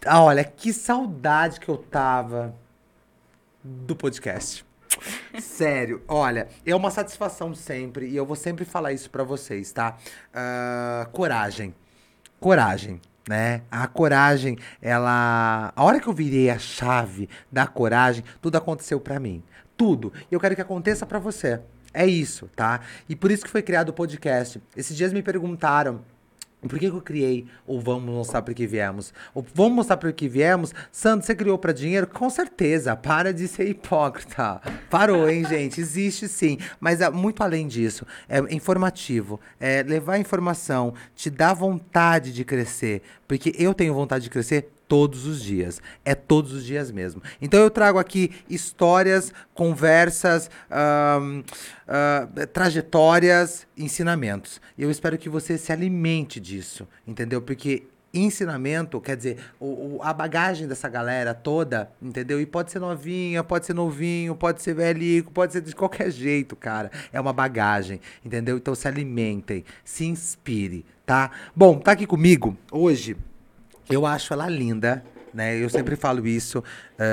Olha, que saudade que eu tava do podcast. Sério, olha, é uma satisfação sempre, e eu vou sempre falar isso pra vocês, tá? Coragem. Coragem, né? A coragem, ela. A hora que eu virei a chave da coragem, tudo aconteceu pra mim. Tudo. E eu quero que aconteça pra você. É isso, tá? E por isso que foi criado o podcast. Esses dias me perguntaram. Por que eu criei o Vamos Mostrar Por Que Viemos? O Vamos Mostrar Por Que Viemos, Sandro, você criou pra dinheiro? Com certeza, para de ser hipócrita. Parou, hein, gente? Existe sim, mas é muito além disso. É informativo, é levar informação, te dá vontade de crescer, porque eu tenho vontade de crescer todos os dias. É todos os dias mesmo. Então eu trago aqui histórias, conversas, trajetórias, ensinamentos. Eu espero que você se alimente disso, entendeu? Porque ensinamento, quer dizer, a bagagem dessa galera toda, entendeu? E pode ser novinha, pode ser novinho, pode ser velhico, pode ser de qualquer jeito, cara. É uma bagagem, entendeu? Então se alimentem, se inspire, tá? Bom, tá aqui comigo hoje. Eu acho ela linda, né? Eu sempre falo isso.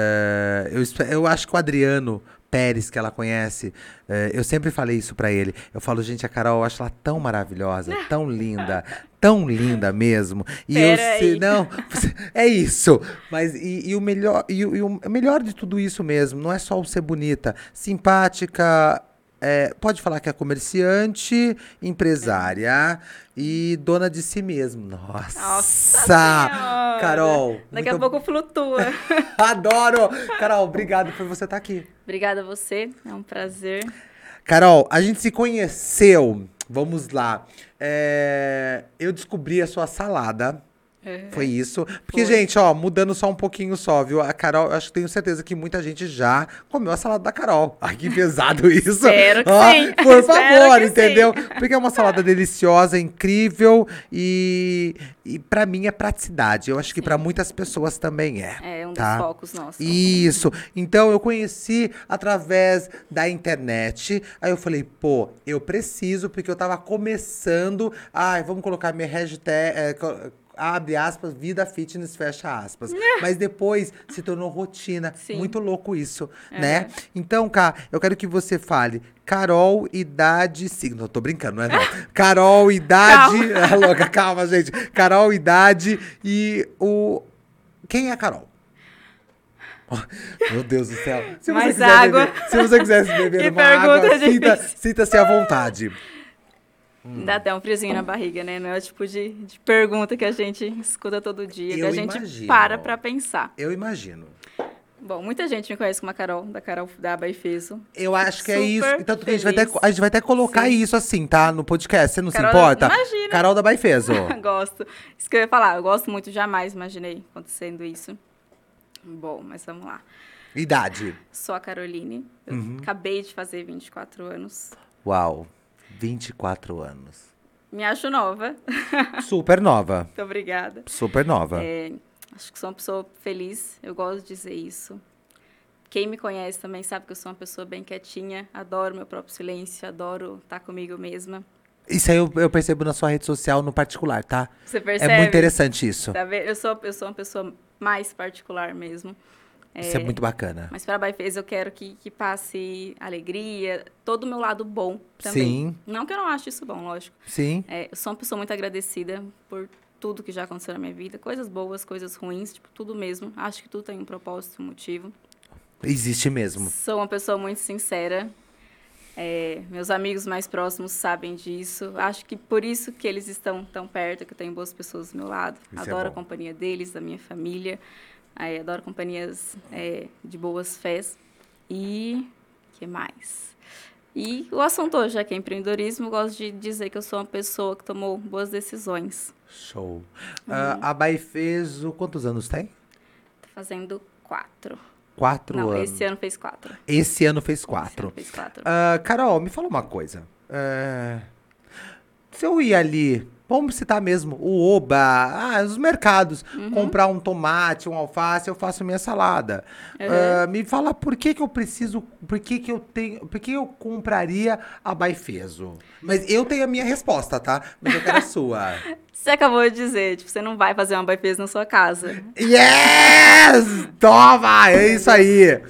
Eu acho que o Adriano Pérez, que ela conhece, eu sempre falei isso pra ele. Eu falo, gente, a Carol, eu acho ela tão maravilhosa, tão linda mesmo. E eu Pera sei, aí. não, é isso. Mas o melhor, o melhor de tudo isso mesmo, não é só o ser bonita, simpática. Pode falar que é comerciante, empresária e dona de si mesmo. Nossa Nossa! Senhora! Carol, Daqui a pouco flutua. adoro! Carol, obrigado por você estar aqui. Obrigada a você, é um prazer. Carol, a gente se conheceu. Vamos lá. Eu descobri a sua salada. Foi isso. Porque, Foi. gente, ó, mudando só um pouquinho só, viu? A Carol, eu acho que tenho certeza que muita gente já comeu a salada da Carol. Ai, que pesado isso. Espero que Ó, sim. por Espero favor, que entendeu? sim. Porque é uma salada deliciosa, incrível e para mim é praticidade. Eu acho que para Sim. muitas pessoas também é. É um dos Tá? focos nossos. Isso. Então eu conheci através da internet. Aí eu falei, pô, eu preciso, porque eu tava começando. Ai, vamos colocar minha hashtag. Abre aspas, vida fitness, fecha aspas. Mas depois se tornou rotina. Sim. Muito louco isso, né? Aham. Então, Cá, eu quero que você fale Carol, idade, signo. Eu tô brincando, não é não. Carol, idade. Calma. Ah, louca, calma, gente. Carol, idade e o. Quem é a Carol? Oh, meu Deus do céu. Se você Mais quiser água. beber, se você quisesse beber Que uma água, pergunta difícil. sinta-se à vontade. Dá até um friozinho na barriga, né? Não é o tipo de pergunta que a gente escuta todo dia, que Eu a gente imagino. pra pensar. Eu imagino. Bom, muita gente me conhece como a Carol, da Carol da Baifeso. Eu acho que é Super isso. Então a gente feliz. a gente vai até colocar Sim. isso assim, tá? No podcast. Você não Carol, se importa? imagina. Carol da Baifeso. Gosto. Isso que eu ia falar, eu gosto muito, jamais imaginei acontecendo isso. Bom, mas vamos lá. Idade. Sou a Caroline, eu acabei de fazer 24 anos. Uau. 24 anos. Me acho nova. Super nova. Muito obrigada. Super nova. Acho que sou uma pessoa feliz, eu gosto de dizer isso. Quem me conhece também sabe que eu sou uma pessoa bem quietinha, adoro meu próprio silêncio, adoro estar comigo mesma. Isso aí eu percebo na sua rede social no particular, tá? Você percebe? É muito interessante isso. Tá vendo? Eu sou uma pessoa mais particular mesmo. Isso é muito bacana. Mas para a Baifez eu quero que passe alegria, todo o meu lado bom também. Sim. Não que eu não ache isso bom, lógico. Sim. Eu sou uma pessoa muito agradecida por tudo que já aconteceu na minha vida. Coisas boas, coisas ruins, tipo, tudo mesmo. Acho que tudo tem um propósito, um motivo. Existe mesmo. Sou uma pessoa muito sincera. Meus amigos mais próximos sabem disso. Acho que por isso que eles estão tão perto, que eu tenho boas pessoas do meu lado. Isso é Adoro a bom. companhia deles, da minha família. Adoro companhias de boas fés. E que mais? E o assunto hoje, já que é empreendedorismo, eu gosto de dizer que eu sou uma pessoa que tomou boas decisões. Show. A Baifeso, quantos anos tem? Tô fazendo 4. 4 Não, anos. esse ano fez 4. Esse ano fez Esse 4. ano fez 4. Carol, me fala uma coisa. Se eu ir ali, vamos citar mesmo, o Oba, os mercados, comprar um tomate, um alface, eu faço minha salada. Me fala por que eu preciso, por que eu compraria a Baifeso? Mas eu tenho a minha resposta, tá? Mas eu quero a sua. Você acabou de dizer, tipo, você não vai fazer uma bypass na sua casa. Yes! Toma! É isso aí!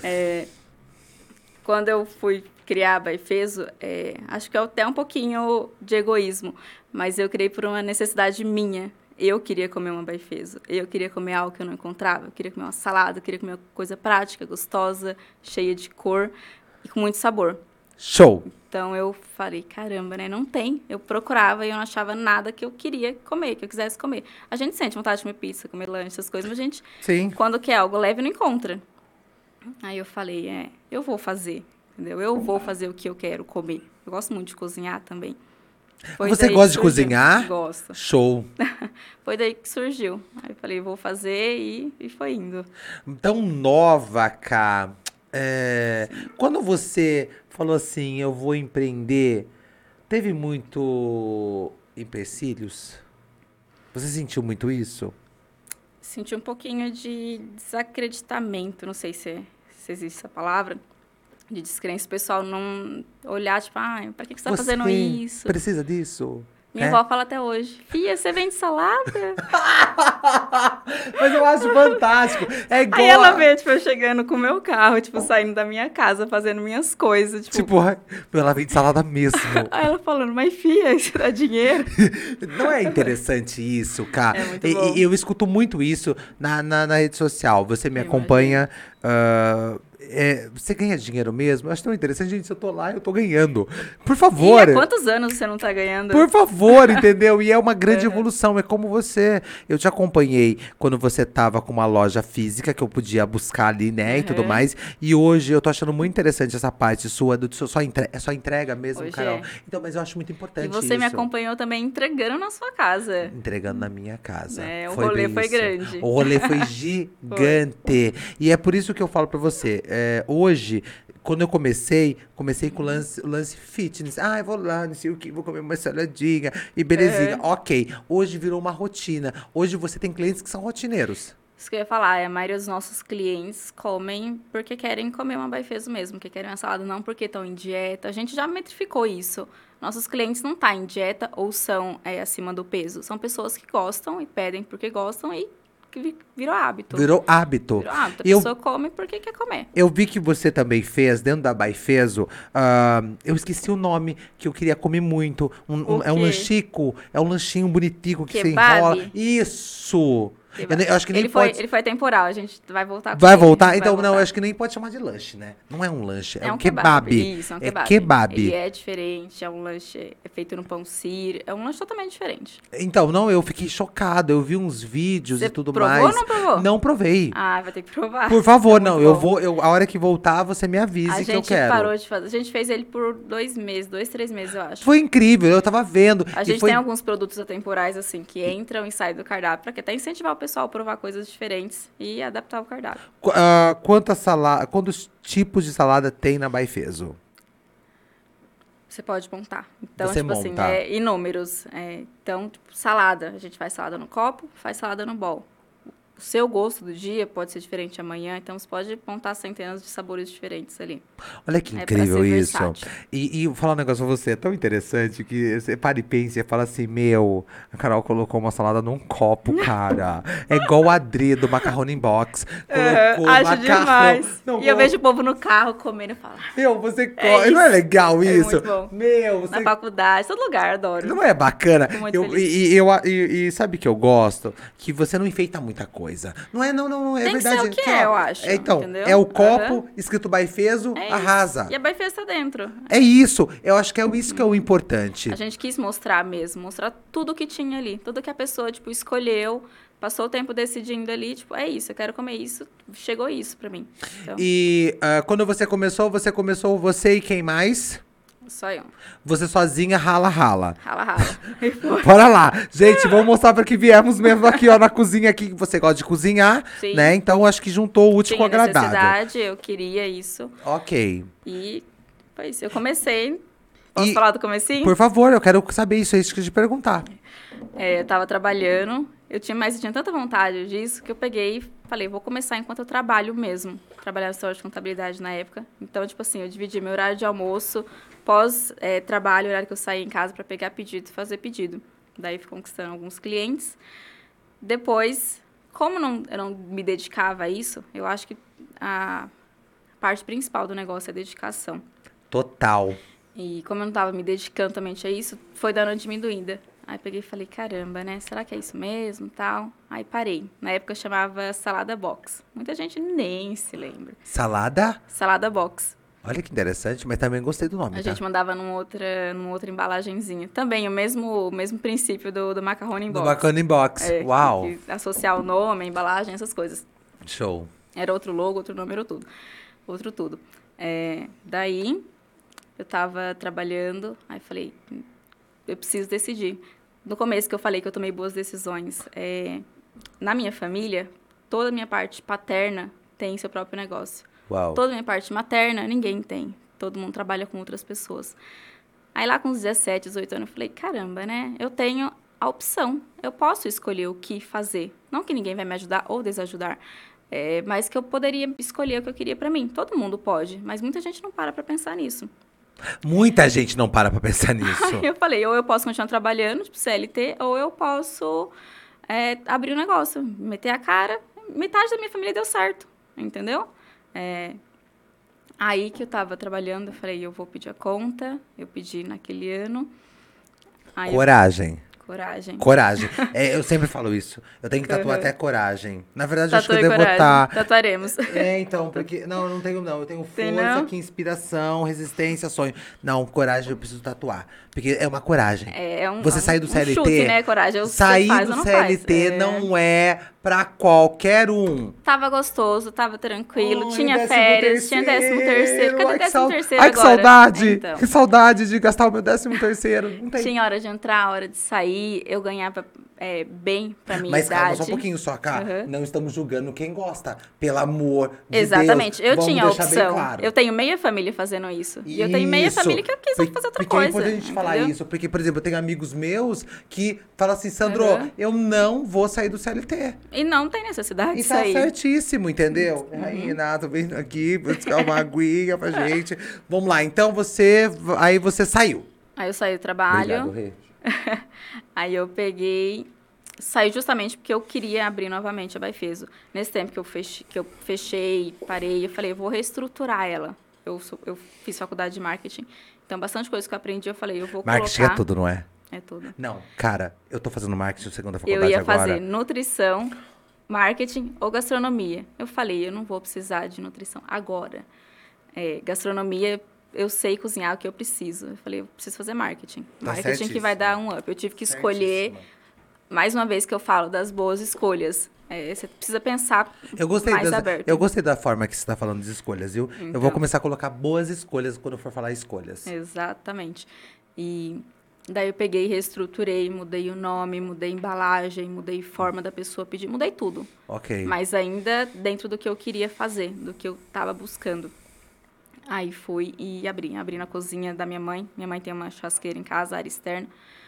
Quando eu fui criar a Baifeso, acho que é até um pouquinho de egoísmo, mas eu criei por uma necessidade minha. Eu queria comer uma Baifeso, eu queria comer algo que eu não encontrava, eu queria comer uma salada, eu queria comer uma coisa prática, gostosa, cheia de cor e com muito sabor. Show! Então eu falei, caramba, né? Não tem. Eu procurava e eu não achava nada que eu queria comer, que eu quisesse comer. A gente sente vontade de comer pizza, comer lanche, essas coisas, mas a gente, Sim. quando quer algo leve, não encontra. Aí eu falei, eu vou fazer, entendeu? Eu vou fazer o que eu quero comer. Eu gosto muito de cozinhar também. Você gosta de cozinhar? Gosto. Show. Foi daí que surgiu. Aí eu falei, vou fazer e foi indo. Tão nova, Cá. Quando você falou assim, eu vou empreender, teve muito empecilhos? Você sentiu muito isso? Senti um pouquinho de desacreditamento, não sei se existe essa palavra, de descrença. O pessoal não olhar, tipo, pra que você tá fazendo isso? Precisa disso? Minha avó fala até hoje, Fia, você vende salada? Mas eu acho fantástico. É igual. Aí ela vê, tipo, eu chegando com o meu carro, tipo, saindo da minha casa, fazendo minhas coisas, tipo... Ela vende salada mesmo. Aí ela falando, mas Fia, isso dá dinheiro? Não é interessante isso, cara? É muito bom. Eu escuto muito isso na rede social. Você me acompanha... você ganha dinheiro mesmo? Eu acho tão interessante, gente. Se eu tô lá, eu tô ganhando. Por favor. E há quantos anos você não tá ganhando? Por favor, entendeu? E é uma grande evolução. É como você. Eu te acompanhei quando você tava com uma loja física que eu podia buscar ali, né? E tudo mais. E hoje eu tô achando muito interessante essa parte sua. Só entrega mesmo, Hoje Carol. Então, mas eu acho muito importante isso. E você me acompanhou também entregando na sua casa. Entregando na minha casa. O rolê foi grande. O rolê foi gigante. E é por isso que eu falo pra você. Hoje, quando eu comecei com o lance fitness. Eu vou lá, não sei o que, vou comer uma saladinha e belezinha. Ok. Hoje virou uma rotina. Hoje você tem clientes que são rotineiros. Isso que eu ia falar, a maioria dos nossos clientes comem porque querem comer uma Baifeso mesmo, porque querem uma salada, não porque estão em dieta. A gente já metrificou isso. Nossos clientes não estão em dieta ou são acima do peso. São pessoas que gostam e pedem porque gostam e que virou hábito. Virou hábito. A pessoa come porque quer comer. Eu vi que você também fez, dentro da Baifeso, eu esqueci o nome, que eu queria comer muito. É um lanchico, é um lanchinho bonitico que você enrola. Isso! Eu acho que nem ele foi temporal, a gente vai voltar com Vai ele, voltar? Então, não, eu acho que nem pode chamar de lanche, né? Não é um lanche, é um kebab. Isso, é um kebab. Kebab. Ele é diferente, é um lanche feito no pão sírio, é um lanche totalmente diferente. Então, não, eu fiquei chocado, eu vi uns vídeos e tudo provou mais. Ou não provou? Não provei. Vai ter que provar. Por favor, não, a hora que voltar, você me avise que eu quero. A gente parou de fazer, a gente fez ele por 2 meses, 2, 3 meses, eu acho. Foi incrível, eu tava vendo. A gente tem alguns produtos atemporais, assim, que entram e saem do cardápio, pra até incentivar o pessoal a provar coisas diferentes e adaptar o cardápio. Quantos tipos de salada tem na Baifeso? Você pode montar. Então, Você tipo monta. assim, inúmeros. Então, tipo, salada. A gente faz salada no copo, faz salada no bowl. O seu gosto do dia pode ser diferente amanhã, então você pode montar centenas de sabores diferentes ali. Olha que incrível isso. Versátil. E vou falar um negócio pra você, é tão interessante que você para e pensa e fala assim, a Carol colocou uma salada num copo, cara. É igual a Adri do Macarrone Box. Colocou acho macarrão. demais. Não, e eu vejo o povo no carro comendo e falo... você come. Não é legal isso? Muito bom. Você... Na faculdade, todo lugar, adoro. Não é bacana? Fico muito feliz. E sabe o que eu gosto? Que você não enfeita muita coisa. Não, é tem verdade. Tem que ser o que eu acho. Então, entendeu? é o copo escrito Baifeso, arrasa. E a Baifeso tá dentro. É isso. Eu acho que é isso que é o importante. A gente quis mostrar mesmo, mostrar tudo que tinha ali. Tudo que a pessoa, tipo, escolheu, passou o tempo decidindo ali, tipo, é isso, eu quero comer isso, chegou isso pra mim. Então, E quando você começou você e quem mais? só eu. Você sozinha, rala. Rala. Bora lá. Gente, vamos mostrar pra que viemos mesmo aqui, ó, na cozinha aqui, que você gosta de cozinhar, Sim. né? Então, acho que juntou o útil com o agradável. Necessidade, eu queria isso. Ok. E foi isso. Eu comecei... Posso falar do comecinho? Por favor, eu quero saber isso, é isso que eu te perguntar. Eu tava trabalhando, eu tinha tanta vontade disso, que eu peguei e falei, vou começar enquanto eu trabalho mesmo. Trabalhava em de contabilidade na época. Então, tipo assim, eu dividi meu horário de almoço, pós-trabalho, horário que eu saía em casa para pegar pedido e fazer pedido. Daí fui conquistando alguns clientes. Depois, como eu não me dedicava a isso, eu acho que a parte principal do negócio é a dedicação. Total. E como eu não estava me dedicando também a isso, foi dando uma diminuída. Aí peguei e falei, caramba, né? Será que é isso mesmo, tal? Aí parei. Na época chamava Salada Box. Muita gente nem se lembra. Salada? Salada Box. Olha que interessante, mas também gostei do nome, A gente mandava numa outra embalagenzinha. Também o mesmo princípio do Macarrone in Do Box. Macaroni Box. Uau. Que associar o nome, a embalagem, essas coisas. Show. Era outro logo, outro número, tudo. Outro tudo. Daí, eu tava trabalhando, aí falei, eu preciso decidir. No começo que eu falei que eu tomei boas decisões, na minha família, toda a minha parte paterna tem seu próprio negócio. Uau. Toda a minha parte materna, ninguém tem. Todo mundo trabalha com outras pessoas. Aí lá com uns 17, 18 anos, eu falei, caramba, né? Eu tenho a opção. Eu posso escolher o que fazer. Não que ninguém vai me ajudar ou desajudar. Mas que eu poderia escolher o que eu queria pra mim. Todo mundo pode, mas muita gente não para pra pensar nisso. Muita gente não para pra pensar nisso. Aí eu falei, ou eu posso continuar trabalhando, tipo CLT, ou eu posso abrir um negócio, meter a cara. Metade da minha família deu certo, entendeu? Aí que eu tava trabalhando, eu falei, eu vou pedir a conta. Eu pedi naquele ano. Aí Coragem. Coragem. Eu sempre falo isso. Eu tenho que tatuar até coragem. Na verdade, acho que Tatuei eu devo coragem. botar. Tatuaremos. Então, porque. Não, eu não tenho, não. Eu tenho Tem força, não? aqui, inspiração, resistência, sonho. Não, coragem eu preciso tatuar. Porque é uma coragem. Você sair do CLT. Chute, né, coragem? Sair faz do ou não CLT faz. não é pra qualquer um. Tava gostoso, tava tranquilo, Ai, tinha férias, tinha 13º. Cadê Ai, 13º Ai, agora? que saudade! Então, Que saudade de gastar o meu 13º. Não tem. tinha hora de entrar, hora de sair, eu ganhava bem pra minha Mas idade. calma só um pouquinho só, cá. Não estamos julgando quem gosta. Pelo amor de Exatamente, Deus. eu tinha a Vamos deixar bem opção. claro. Eu tenho meia família fazendo isso. E eu tenho meia família que eu quis fazer outra porque coisa. É importante a gente falar entendeu? isso. Porque, por exemplo, eu tenho amigos meus que falam assim, Sandro, eu não vou sair do CLT. E não tem necessidade E disso tá aí. certíssimo, entendeu? Aí, Renato, vem aqui, buscar uma aguinha pra gente. Vamos lá, então aí você saiu. Aí eu saí do trabalho. Obrigado, Rê. Aí eu saí justamente porque eu queria abrir novamente a Baifeso. Nesse tempo que eu fechei, parei, eu falei, eu vou reestruturar ela. Eu fiz faculdade de marketing, então bastante coisa que eu aprendi, eu falei, eu vou Marketing colocar... é tudo, não é? É tudo. Não, cara, eu tô fazendo marketing segunda faculdade Eu ia agora. fazer nutrição, marketing ou gastronomia. Eu falei, eu não vou precisar de nutrição agora. Gastronomia, eu sei cozinhar o que eu preciso. Eu falei, eu preciso fazer marketing. Tá Marketing certíssimo. que vai dar um up. Eu tive que escolher, mais uma vez que eu falo, das boas escolhas. Você precisa pensar mais aberto. Eu gostei da forma que você está falando de escolhas, viu? Então. Eu vou começar a colocar boas escolhas quando eu for falar escolhas. Exatamente. E daí eu peguei, reestruturei, mudei o nome, mudei a embalagem, mudei a forma da pessoa pedir, mudei tudo. Ok. Mas ainda dentro do que eu queria fazer, do que eu estava buscando. Aí fui e abri na cozinha da minha mãe. Minha mãe tem uma churrasqueira em casa, área externa.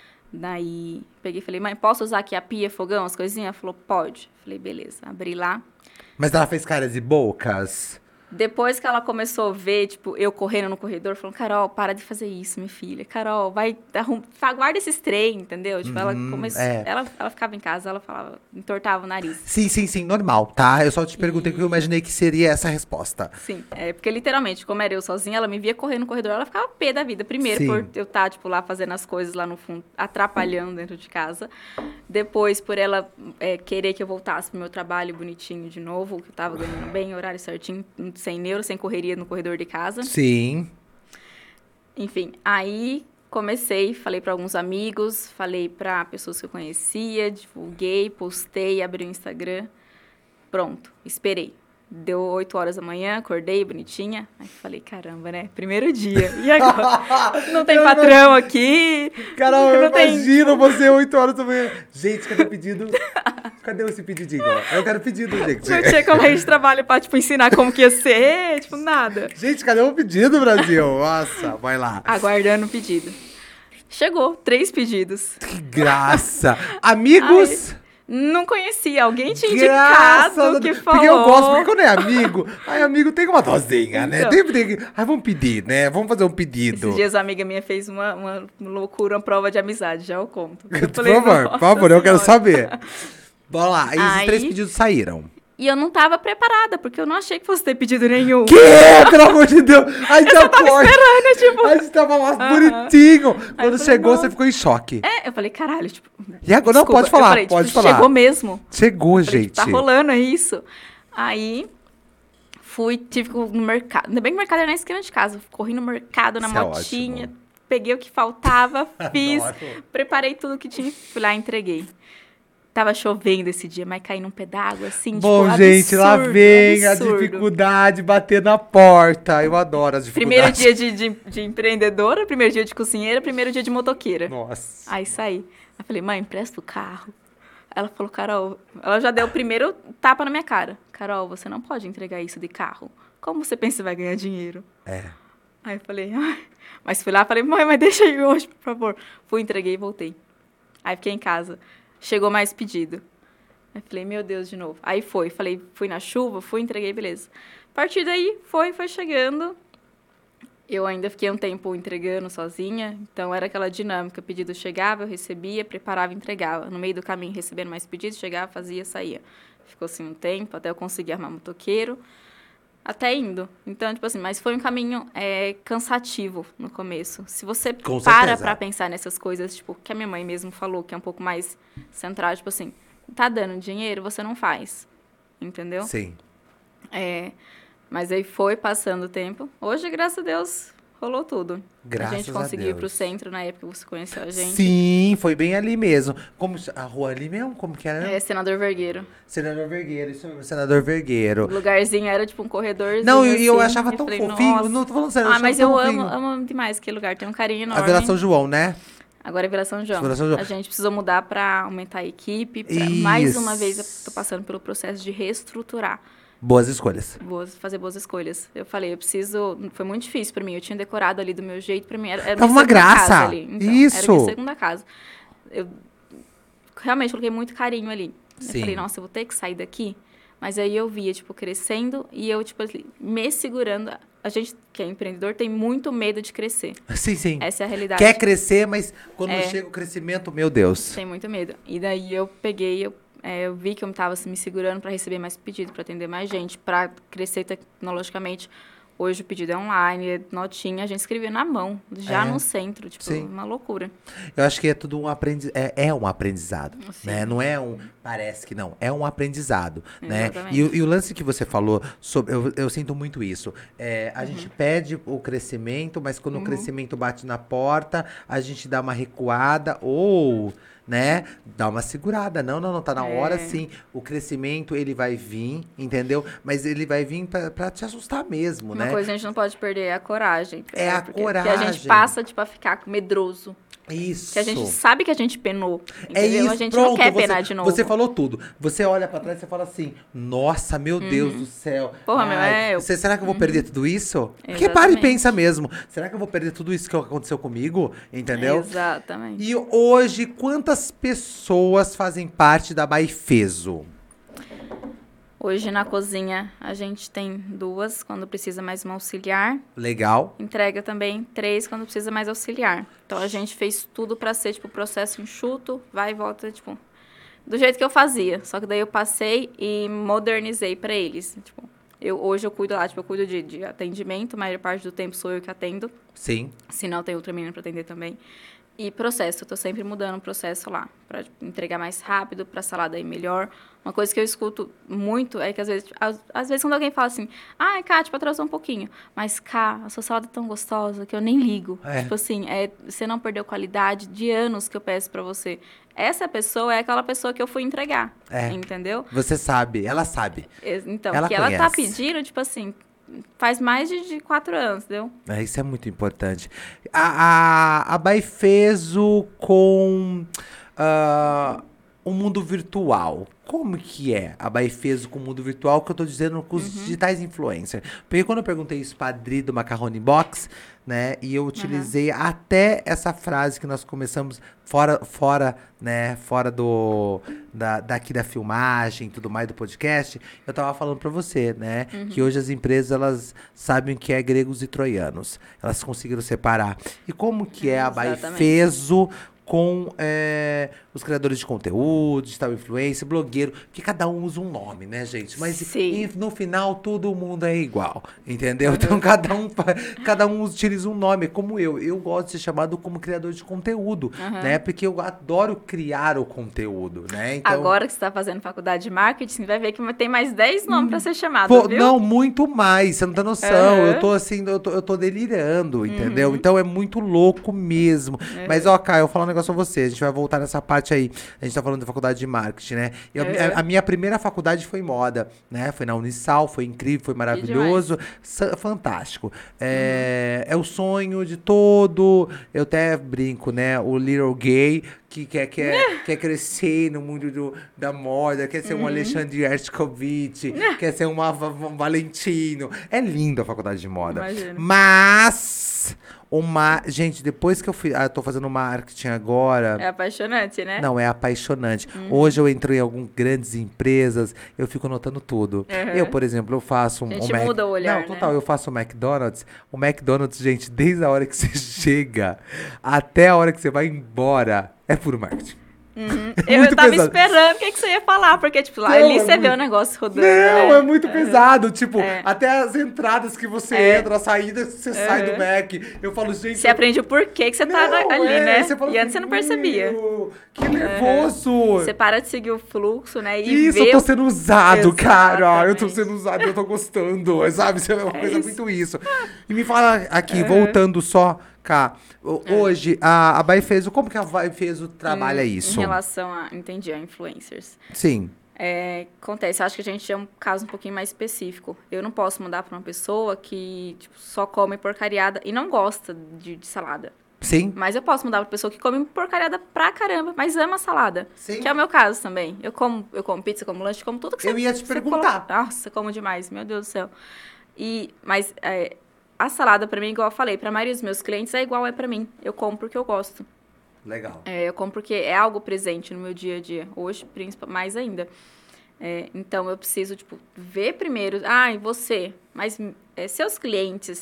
Daí peguei e falei, mãe, posso usar aqui a pia, fogão, as coisinhas? Ela falou, pode. Falei, beleza. Abri lá. Mas ela fez caras e bocas? Depois que ela começou a ver, tipo, eu correndo no corredor, falando, Carol, para de fazer isso, minha filha. Carol, guarda esses trem, entendeu? Tipo, ela começou, ela ficava em casa, ela falava, entortava o nariz. Sim, normal, tá? Eu só te perguntei porque eu imaginei que seria essa a resposta. Sim, porque literalmente, como era eu sozinha, ela me via correndo no corredor, ela ficava pé da vida. Primeiro, Sim. por eu estar, tipo, lá fazendo as coisas lá no fundo, atrapalhando dentro de casa. Depois, por ela querer que eu voltasse pro meu trabalho bonitinho de novo, que eu tava ganhando bem, horário certinho, sem neuro, sem correria no corredor de casa. Sim. Enfim, aí comecei, falei para alguns amigos, falei para pessoas que eu conhecia, divulguei, postei, abri o Instagram. Pronto, esperei. Deu 8 horas da manhã, acordei bonitinha. Aí falei, caramba, né? Primeiro dia. E agora? Não tem patrão aqui. Carol, eu não tem... imagino você 8 horas da manhã. Gente, cadê o pedido? Cadê esse pedidinho? Eu quero pedido, gente. Não tinha como a gente trabalha pra, tipo, ensinar como que ia ser, tipo, nada. Gente, cadê o pedido, Brasil? Nossa, vai lá. Aguardando o pedido. Chegou, 3 pedidos. Que graça. Amigos? Ai, Não conhecia. Alguém tinha Graças indicado a que Deus. falou. Porque eu gosto, porque quando é amigo, aí amigo tem uma dosinha, né? Então. Sempre tem que... Aí vamos pedir, né? Vamos fazer um pedido. Esses dias a amiga minha fez uma loucura, uma prova de amizade, já eu conto. Eu Por falei, favor, "Nossa por favor, eu quero Senhora." saber. Bora lá. Aí esses Aí- 3 pedidos saíram. E eu não tava preparada, porque eu não achei que fosse ter pedido nenhum. Que? Pelo amor de Deus! Aí já pode. Esperando, tipo... Aí você tava lá bonitinho. Quando eu falei, chegou, nossa. você ficou em choque. É, eu falei, caralho, tipo... E agora? Não, desculpa. pode falar, Eu falei, pode tipo, falar. chegou mesmo. Chegou, Eu falei, gente. tipo, tá rolando isso. Aí, tive que ir no mercado. Ainda bem que o mercado era na esquina de casa. Corri no mercado, na Isso é motinha. ótimo. Peguei o que faltava, fiz. Adoro. Preparei tudo que tinha. Fui lá e entreguei. Tava chovendo esse dia, mas caí num pé d'água, assim, Bom, tipo, gente, lá absurdo, vem absurdo. a dificuldade bater na porta. Eu adoro as Primeiro dificuldades. dia de empreendedora, primeiro dia de cozinheira, primeiro dia de motoqueira. Nossa. Aí saí. Aí falei, mãe, empresta o carro. Ela falou, Carol, ela já deu o primeiro tapa na minha cara. Carol, você não pode entregar isso de carro. Como você pensa que vai ganhar dinheiro? É. Aí eu falei, ai. Mas fui lá, falei, mãe, mas deixa aí hoje, por favor. Fui, entreguei e voltei. Aí fiquei em casa. Chegou mais pedido. Aí falei, meu Deus, de novo. Aí falei, fui na chuva, fui, entreguei, beleza. A partir daí, foi chegando. Eu ainda fiquei um tempo entregando sozinha, então era aquela dinâmica. O pedido chegava, eu recebia, preparava e entregava. No meio do caminho, recebendo mais pedidos, chegava, fazia, saía. Ficou assim um tempo, até eu conseguir armar motoqueiro, até indo. Então, tipo assim, mas foi um caminho cansativo no começo. Se você Com para certeza. pra pensar nessas coisas, tipo, que a minha mãe mesmo falou, que é um pouco mais central, tipo assim, tá dando dinheiro, você não faz, entendeu? Sim. Mas aí foi passando o tempo. Hoje, graças a Deus, rolou tudo. Graças a gente a conseguiu ir pro Deus. centro na época que você conheceu a gente. Sim, foi bem ali mesmo. Como a rua ali mesmo? Como que era? É, Senador Vergueiro. Senador Vergueiro, isso mesmo, Senador Vergueiro. O lugarzinho era tipo um corredorzinho. Não, e eu assim. achava tão falei, fofinho. nossa. Não tô falando sério, eu achava Mas tão eu fofinho. amo demais aquele lugar. Tem um carinho enorme. A Vila São João, né? Agora é Vila São João. Vila São João. A gente precisou mudar para aumentar a equipe. Mais uma vez, eu tô passando pelo processo de reestruturar. Boas escolhas. Fazer boas escolhas. Eu falei, eu preciso... Foi muito difícil pra mim. Eu tinha decorado ali do meu jeito. Pra mim, era Tava minha uma segunda graça. casa ali. Então, Isso. Era minha segunda casa. Eu realmente coloquei muito carinho ali. Sim. Eu falei, nossa, eu vou ter que sair daqui. Mas aí eu via, tipo, crescendo e eu, tipo, assim, me segurando. A gente, que é empreendedor, tem muito medo de crescer. Sim, sim. Essa é a realidade. Quer crescer, mas quando chega o crescimento, meu Deus. Tem muito medo. E daí eu peguei, eu vi que eu estava me segurando para receber mais pedido, para atender mais gente, para crescer tecnologicamente. Hoje o pedido é online, é notinha, a gente escrevia na mão, já no centro, tipo, Sim. uma loucura. Eu acho que é tudo um aprendizado. É um aprendizado, Sim. né? Não é um... Parece que não. É um aprendizado, né? Exatamente. E o lance que você falou, sobre, eu sinto muito isso. A gente pede o crescimento, mas quando o crescimento bate na porta, a gente dá uma recuada ou... né? Dá uma segurada. Não, tá na hora sim. O crescimento, ele vai vir, entendeu? Mas ele vai vir pra te assustar mesmo, Uma né? coisa que a gente não pode perder é a coragem. É a porque a coragem. gente passa, tipo, a ficar medroso. Isso. Que a gente sabe que a gente penou, É entendeu? isso, A gente pronto, não quer você, penar de novo. Você falou tudo. Você olha pra trás e você fala assim, nossa, meu Deus do céu. Porra, meu, Será que eu vou perder tudo isso? Porque para e Exatamente. pensa mesmo. Será que eu vou perder tudo isso que aconteceu comigo? Entendeu? Exatamente. E hoje, quantas pessoas fazem parte da Baifeso? Hoje na cozinha a gente tem 2 quando precisa mais uma auxiliar. Legal. Entrega também 3 quando precisa mais auxiliar. Então a gente fez tudo pra ser tipo processo enxuto, vai e volta, tipo, do jeito que eu fazia. Só que daí eu passei e modernizei pra eles. Tipo, hoje eu cuido lá, tipo, eu cuido de atendimento, a maior parte do tempo sou eu que atendo. Sim. Se não, tem outra menina pra atender também. E processo, eu tô sempre mudando o processo lá, pra entregar mais rápido, pra salada ir melhor. Uma coisa que eu escuto muito é que às vezes quando alguém fala assim, ai, Ká, tipo, atrasou um pouquinho. Mas, Ká, a sua salada é tão gostosa que eu nem ligo. Tipo assim, você não perdeu qualidade de anos que eu peço pra você. Essa pessoa é aquela pessoa que eu fui entregar, entendeu? Você sabe, ela sabe. Então, Ela que ela tá conhece. pedindo, tipo assim, faz mais de 4 anos, entendeu? Isso é muito importante. A Baifeso com... o mundo virtual. Como que é a Baifeso com o mundo virtual? Que eu tô dizendo com os digitais influencers. Porque quando eu perguntei isso pra Adri do Macarrone Box, né? E eu utilizei até essa frase que nós começamos né? Fora daqui da filmagem e tudo mais do podcast. Eu tava falando pra você, né? Que hoje as empresas, elas sabem o que é gregos e troianos. Elas conseguiram separar. E como que é a Baifeso com os criadores de conteúdo, digital influencer, blogueiro, que cada um usa um nome, né, gente? Mas no final todo mundo é igual, entendeu? Então cada um utiliza um nome, como eu gosto de ser chamado como criador de conteúdo, né? Porque eu adoro criar o conteúdo, né? Então, agora que você está fazendo faculdade de marketing, você vai ver que tem mais 10 nomes para ser chamado, viu? Não, muito mais, você não tem noção. Eu tô assim, eu tô delirando, entendeu? Então é muito louco mesmo. Mas, ó, Caio, eu vou falar um negócio pra você, a gente vai voltar nessa parte aí. A gente tá falando da faculdade de marketing, né? A minha primeira faculdade foi moda, né? Foi na Unisal, foi incrível, foi maravilhoso, fantástico. É o sonho de todo, eu até brinco, né? O little gay que quer crescer no mundo da moda, quer ser um Alexandre Hershkovich, quer ser um Valentino. É lindo a faculdade de moda. Imagina. Mas... Gente, depois que eu tô fazendo marketing agora... É apaixonante, né? Não, é apaixonante. Hoje eu entro em algumas grandes empresas, eu fico notando tudo. Eu, por exemplo, eu faço a gente muda o olhar, Não, total, né? eu faço o McDonald's. O McDonald's, gente, desde a hora que você chega até a hora que você vai embora, é puro marketing. Eu tava esperando o que você ia falar, porque, tipo, lá ali você vê o negócio rodando. Não, é muito pesado. Tipo, até as entradas que você entra, as saídas que você sai do Mac. Eu falo, gente. Você aprende o porquê que você tá ali, né? Você fala E antes você não percebia. Que nervoso! Você para de seguir o fluxo, né? Isso, eu tô sendo usado, cara. Eu tô Exatamente. sendo usado, eu tô gostando. Sabe? Isso é uma coisa muito isso. E me fala aqui, voltando só, cá. Hoje, a Baifeso, como que a Baifeso trabalha isso? Em relação a influencers. Sim. Acontece, acho que a gente é um caso um pouquinho mais específico. Eu não posso mudar pra uma pessoa que tipo, só come porcariada e não gosta de salada. Sim. Mas eu posso mudar pra pessoa que come porcariada pra caramba, mas ama salada. Sim. Que é o meu caso também. Eu como pizza, como lanche, como tudo que Eu ia te perguntar. Nossa, como demais, meu Deus do céu. Mas a salada, pra mim, igual eu falei, pra maioria dos meus clientes é igual pra mim. Eu como porque eu gosto. Legal. Eu como porque é algo presente no meu dia a dia. Hoje, mais ainda. Então, eu preciso, tipo, ver primeiro... e você? Mas seus clientes,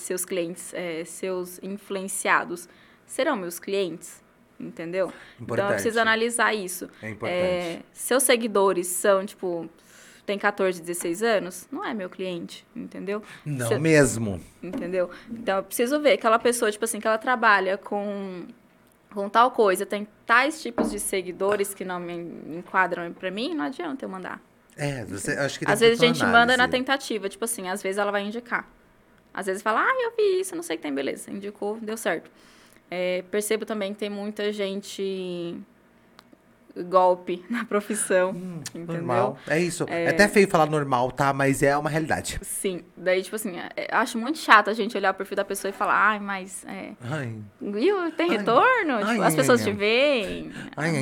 seus influenciados, serão meus clientes? Entendeu? Importante. Então, eu preciso analisar isso. É importante. Seus seguidores são, tipo... Tem 14, 16 anos? Não é meu cliente, entendeu? Não mesmo. Entendeu? Então, eu preciso ver aquela pessoa, tipo assim, que ela trabalha com tal coisa, tem tais tipos de seguidores que não me enquadram pra mim, não adianta eu mandar. Acho que às vezes a gente manda na tentativa, tipo assim, às vezes ela vai indicar. Às vezes fala, eu vi isso, não sei o que tem, beleza. Indicou, deu certo. Percebo também que tem muita gente... golpe na profissão, entendeu? Normal, é isso. É até feio falar normal, tá? Mas é uma realidade. Sim, daí, tipo assim, acho muito chato a gente olhar o perfil da pessoa e falar, mas, viu, tem retorno? Tipo, as pessoas te veem.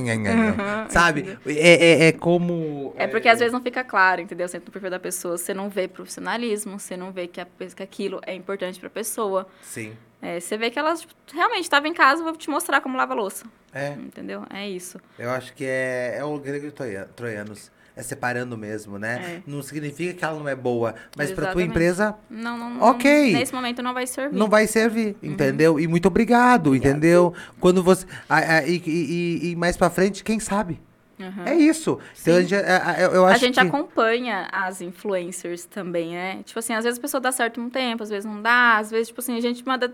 Sabe? É como... porque às vezes não fica claro, entendeu? Você entra no perfil da pessoa, você não vê profissionalismo, você não vê que aquilo é importante pra pessoa. Sim. Você vê que ela tipo, realmente estava em casa, vou te mostrar como lava a louça. Entendeu? É isso. Eu acho que é o grego e troianos. É separando mesmo, né? Não significa que ela não é boa, mas pra tua empresa, ok. Nesse momento não vai servir. Não vai servir, entendeu? E muito obrigado, entendeu? Quando você... E mais pra frente, quem sabe? É isso. Então, eu acho a gente acompanha as influencers também, né? Tipo assim, às vezes a pessoa dá certo um tempo, às vezes não dá. Às vezes, tipo assim, a gente manda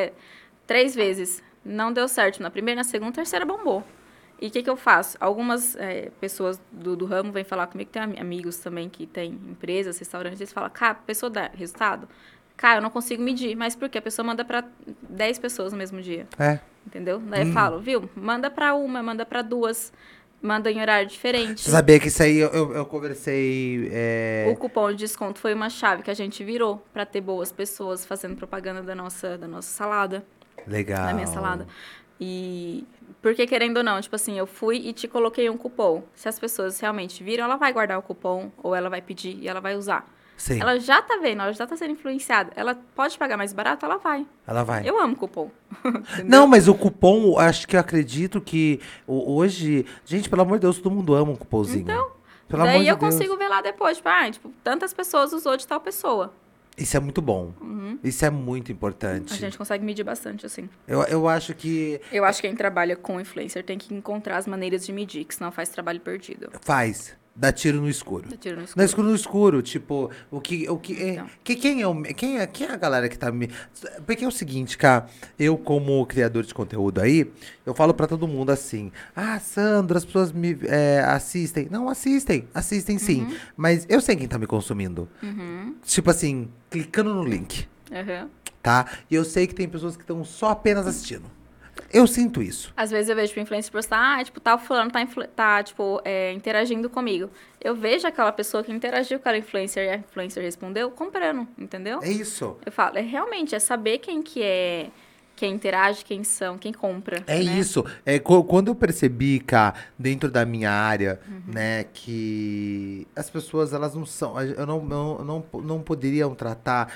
3 vezes. Não deu certo. Na primeira, na segunda, terceira bombou. E o que eu faço? Algumas pessoas do ramo vêm falar comigo, tem amigos também que têm empresas, restaurantes, eles falam, cara, a pessoa dá resultado? Cara, eu não consigo medir. Mas por quê? A pessoa manda pra 10 pessoas no mesmo dia. Entendeu? Daí eu falo, viu? Manda pra uma, manda pra 2... Manda em horário diferente. Você sabia que isso aí eu conversei... O cupom de desconto foi uma chave que a gente virou pra ter boas pessoas fazendo propaganda da nossa salada. Legal. Da minha salada. E porque, querendo ou não, tipo assim, eu fui e te coloquei um cupom. Se as pessoas realmente viram, ela vai guardar o cupom, ou ela vai pedir e ela vai usar. Sim. Ela já tá vendo, ela já tá sendo influenciada. Ela pode pagar mais barato, ela vai. Ela vai. Eu amo cupom. Entendeu? Não, mas o cupom, acho que eu acredito que hoje... Gente, pelo amor de Deus, todo mundo ama um cupomzinho. Então, pelo amor daí de eu Deus. consigo ver lá depois, tipo, tantas pessoas usou de tal pessoa. Isso é muito bom. Isso é muito importante. A gente consegue medir bastante, assim. Eu acho que Eu acho que quem trabalha com influencer tem que encontrar as maneiras de medir, que senão faz trabalho perdido. faz. Dá tiro no escuro. Dá tiro no escuro. No escuro, no escuro, tipo, Então. quem é a galera que tá me... Porque é o seguinte, cara, eu como criador de conteúdo aí, eu falo pra todo mundo assim, Sandra, as pessoas me assistem. Não, assistem sim, mas eu sei quem tá me consumindo. Tipo assim, clicando no link, Uhum. tá? E eu sei que tem pessoas que estão só apenas assistindo. Eu sinto isso. Às vezes eu vejo tipo, influencer postar, tipo, tal fulano tá interagindo comigo. Eu vejo aquela pessoa que interagiu com aquela influencer e a influencer respondeu comprando, entendeu? É isso. Eu falo, realmente, é saber quem que é, quem interage, quem são, quem compra. É né? isso. Quando eu percebi, cá, dentro da minha área, né, que as pessoas, elas não são... não poderiam tratar...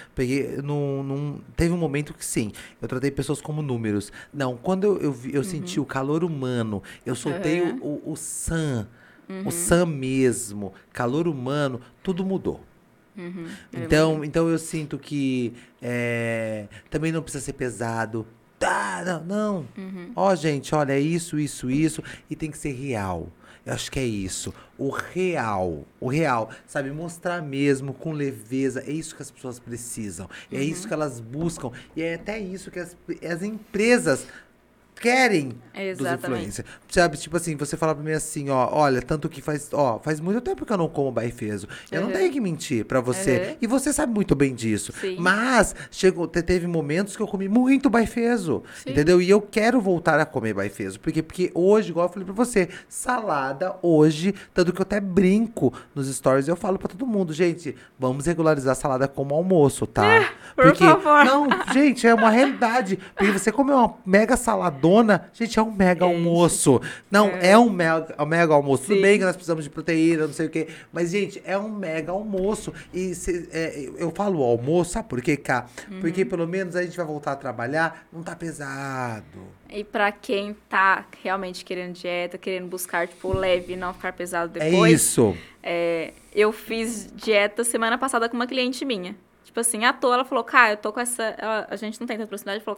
teve um momento que sim, eu tratei pessoas como números. Não, quando eu senti o calor humano, eu soltei o Sam, o Sam mesmo, calor humano, tudo mudou. Então eu sinto que também não precisa ser pesado. Não. Ó, gente, olha, é isso, e tem que ser real. Eu acho que é isso. O real, sabe? Mostrar mesmo com leveza. É isso que as pessoas precisam. É isso que elas buscam. E é até isso que as empresas querem dos influencers. Sabe, tipo assim, você fala pra mim assim, ó, olha, tanto que faz muito tempo que eu não como baifeso. Eu não tenho que mentir pra você. E você sabe muito bem disso. Sim. Mas teve momentos que eu comi muito baifeso, entendeu? E eu quero voltar a comer baifeso. Porque hoje, igual eu falei pra você, salada hoje, tanto que eu até brinco nos stories, eu falo pra todo mundo, gente, vamos regularizar a salada como almoço, tá? Por favor. Não, gente, é uma realidade. Porque você comer uma mega saladona, gente, é um mega almoço. Não, é um mega almoço. Tudo bem que nós precisamos de proteína, não sei o quê. Mas, gente, é um mega almoço. E eu falo almoço, sabe por quê, Cá? Porque pelo menos a gente vai voltar a trabalhar, não tá pesado. E pra quem tá realmente querendo dieta, querendo buscar, tipo, leve e não ficar pesado depois... É isso. Eu fiz dieta semana passada com uma cliente minha. Tipo assim, à toa, ela falou, eu tô com essa... a gente não tem tanta proximidade, falou,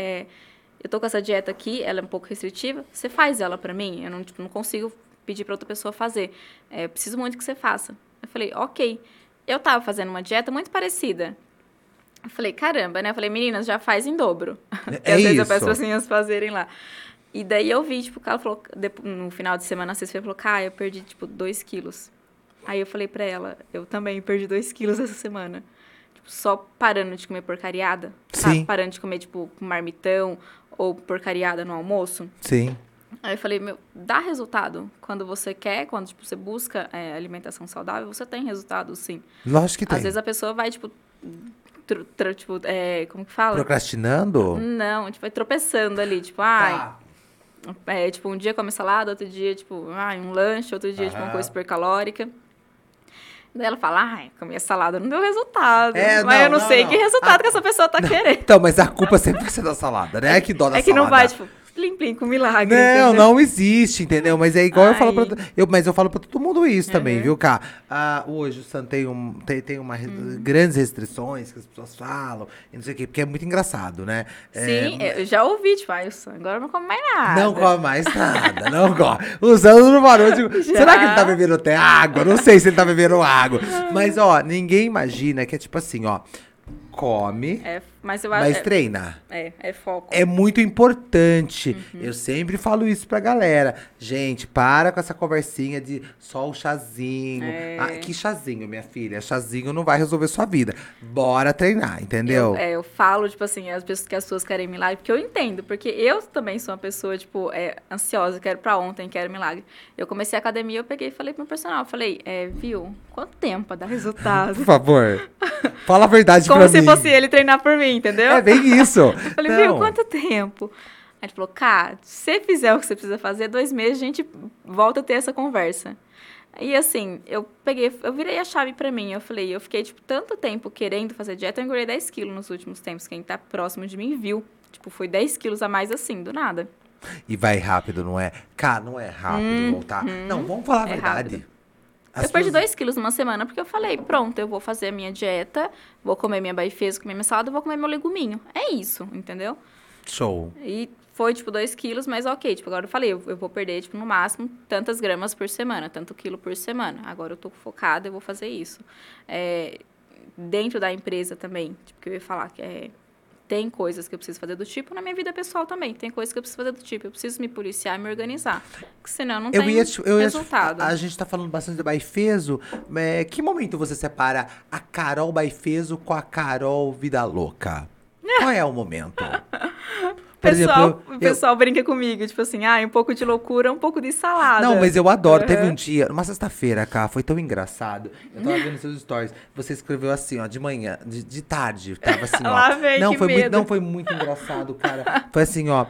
eu tô com essa dieta aqui, ela é um pouco restritiva, você faz ela pra mim? Eu não consigo pedir pra outra pessoa fazer. Eu preciso muito que você faça. Eu falei, ok. Eu tava fazendo uma dieta muito parecida. Eu falei, caramba, né? Eu falei, meninas, já faz em dobro. Porque às vezes eu peço para as meninas fazerem lá. E daí eu vi, tipo, o cara falou, no final de semana, na sexta-feira, falou, eu perdi, tipo, 2 quilos. Aí eu falei pra ela, eu também perdi 2 quilos essa semana. Tipo, só parando de comer porcariada. Sabe? Parando de comer, tipo, marmitão ou porcariada no almoço. Sim. Aí eu falei, dá resultado. Quando você quer, quando, tipo, você busca alimentação saudável, você tem resultado, sim. Lógico que tem. Às vezes a pessoa vai, tipo... como que fala? Procrastinando? Não, tipo, vai tropeçando ali, tipo, tipo, um dia come salada, outro dia, tipo, um lanche, outro dia, tipo, uma coisa super calórica. Daí ela fala, comer salada não deu resultado. Mas eu não sei que resultado que essa pessoa tá querendo. Então, mas a culpa sempre vai ser da salada, né? Que dó da salada. É que não vai, tipo, plim, com milagre. Não existe, entendeu? Mas é igual eu falo pra... Mas eu falo pra todo mundo isso também, viu, Cá? Hoje o Sam tem grandes restrições que as pessoas falam, e não sei o quê, porque é muito engraçado, né? Sim, eu já ouvi, tipo, o Sam agora não come mais nada. Não come mais nada, não come. O Sam não parou, tipo, será que ele tá bebendo até água? Não sei se ele tá bebendo água. Mas, ninguém imagina que é tipo assim, come, mas treina. É foco. É muito importante. Eu sempre falo isso pra galera. Gente, para com essa conversinha de só o chazinho. Que chazinho, minha filha? Chazinho não vai resolver sua vida. Bora treinar, entendeu? Eu falo, tipo assim, as pessoas querem milagre, porque eu entendo. Porque eu também sou uma pessoa, tipo, ansiosa, quero pra ontem, quero milagre. Eu comecei a academia, eu peguei e falei pro meu personal, viu, quanto tempo pra dar resultado? Por favor, fala a verdade pra mim. Como se fosse ele treinar por mim, entendeu? É bem isso. Eu falei, viu, quanto tempo? Aí ele falou, cara, se você fizer o que você precisa fazer, 2 meses a gente volta a ter essa conversa. E assim, eu virei a chave pra mim. Eu fiquei, tipo, tanto tempo querendo fazer dieta, eu engordei 10 quilos nos últimos tempos. Quem tá próximo de mim viu. Tipo, foi 10 quilos a mais assim, do nada. E vai rápido, não é? Cara, não é rápido voltar. Não, vamos falar a verdade. Rápido. Eu perdi 2 quilos numa semana, porque eu falei, pronto, eu vou fazer a minha dieta, vou comer minha baifesa, comer minha salada, vou comer meu leguminho. É isso, entendeu? Show. E foi, tipo, 2 quilos, mas ok. Tipo, agora eu falei, eu vou perder, tipo, no máximo, tantas gramas por semana, tanto quilo por semana. Agora eu tô focada, eu vou fazer isso. Dentro da empresa também, tipo, que eu ia falar que tem coisas que eu preciso fazer do tipo, na minha vida pessoal também. Tem coisas que eu preciso fazer do tipo. Eu preciso me policiar e me organizar. Porque senão não tem resultado. A gente tá falando bastante de Baifeso. Que momento você separa a Carol Baifeso com a Carol Vida Louca? Qual é o momento? O pessoal brinca comigo, tipo assim, um pouco de loucura, um pouco de salada. Não, mas eu adoro. Teve um dia, numa sexta-feira, cara, foi tão engraçado. Eu tava vendo seus stories. Você escreveu assim, ó, de manhã, de tarde. Tava assim, ó. Lá vem, não, que foi medo. muito, não foi muito engraçado, cara. Foi assim, ó.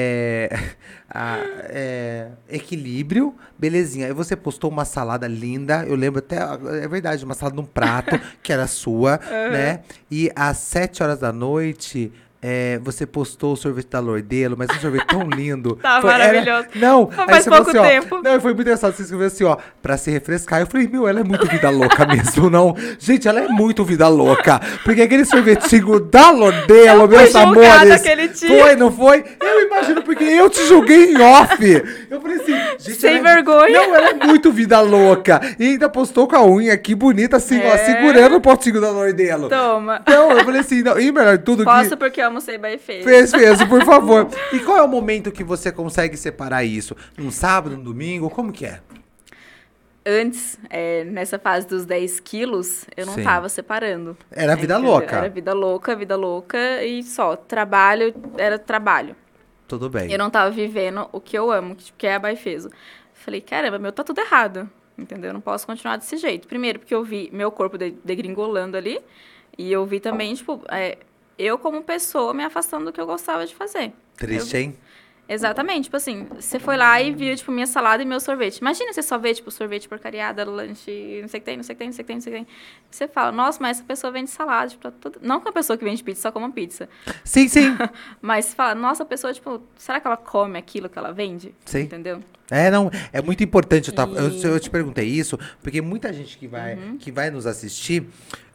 Equilíbrio, belezinha. Aí você postou uma salada linda. Eu lembro até, é verdade, uma salada num prato, que era sua, né? E às 7 horas da noite. Você postou o sorvete da Lordelo, mas um sorvete tão lindo. Tá maravilhoso. Não, faz pouco tempo. Não, foi muito engraçado. Você escreveu assim, ó, pra se refrescar. Eu falei, ela é muito vida louca mesmo, não? Gente, ela é muito vida louca. Porque aquele sorvetinho da Lordelo, meus amores. Aquele dia. Foi, não foi? Eu imagino, porque eu te julguei em off. Eu falei assim, gente. Sem vergonha. Não, ela é muito vida louca. E ainda postou com a unha aqui bonita, assim, ó, segurando o potinho da Lordelo. Toma. Então, eu falei assim, não, e melhor tudo Posso porque eu almocei Baifeso. Fez, por favor. E qual é o momento que você consegue separar isso? Num sábado, num domingo? Como que é? Antes, nessa fase dos 10 quilos, eu não tava separando. Era vida louca. Era vida louca e só. Trabalho, era trabalho. Tudo bem. Eu não tava vivendo o que eu amo, que é a Baifeso. Falei, caramba, tá tudo errado. Entendeu? Eu não posso continuar desse jeito. Primeiro, porque eu vi meu corpo degringolando ali. E eu vi também, tipo, eu como pessoa me afastando do que eu gostava de fazer. Triste, hein? Exatamente. Tipo assim, você foi lá e viu, tipo, minha salada e meu sorvete. Imagina você só vê, tipo, sorvete porcariada, lanche, não sei o que tem, não sei o que tem, não sei o que tem, não sei o que tem. Você fala, nossa, mas essa pessoa vende salada, tipo, não que a pessoa que vende pizza só coma pizza. Sim. Mas você fala, nossa, a pessoa, tipo, será que ela come aquilo que ela vende? Sim. Entendeu? Não, é muito importante. Eu te perguntei isso, porque muita gente que vai nos assistir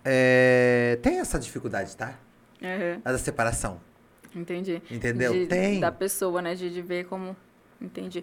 tem essa dificuldade, tá? A da separação. Entendi. Entendeu? Tem. Da pessoa, né? De ver como... Entendi.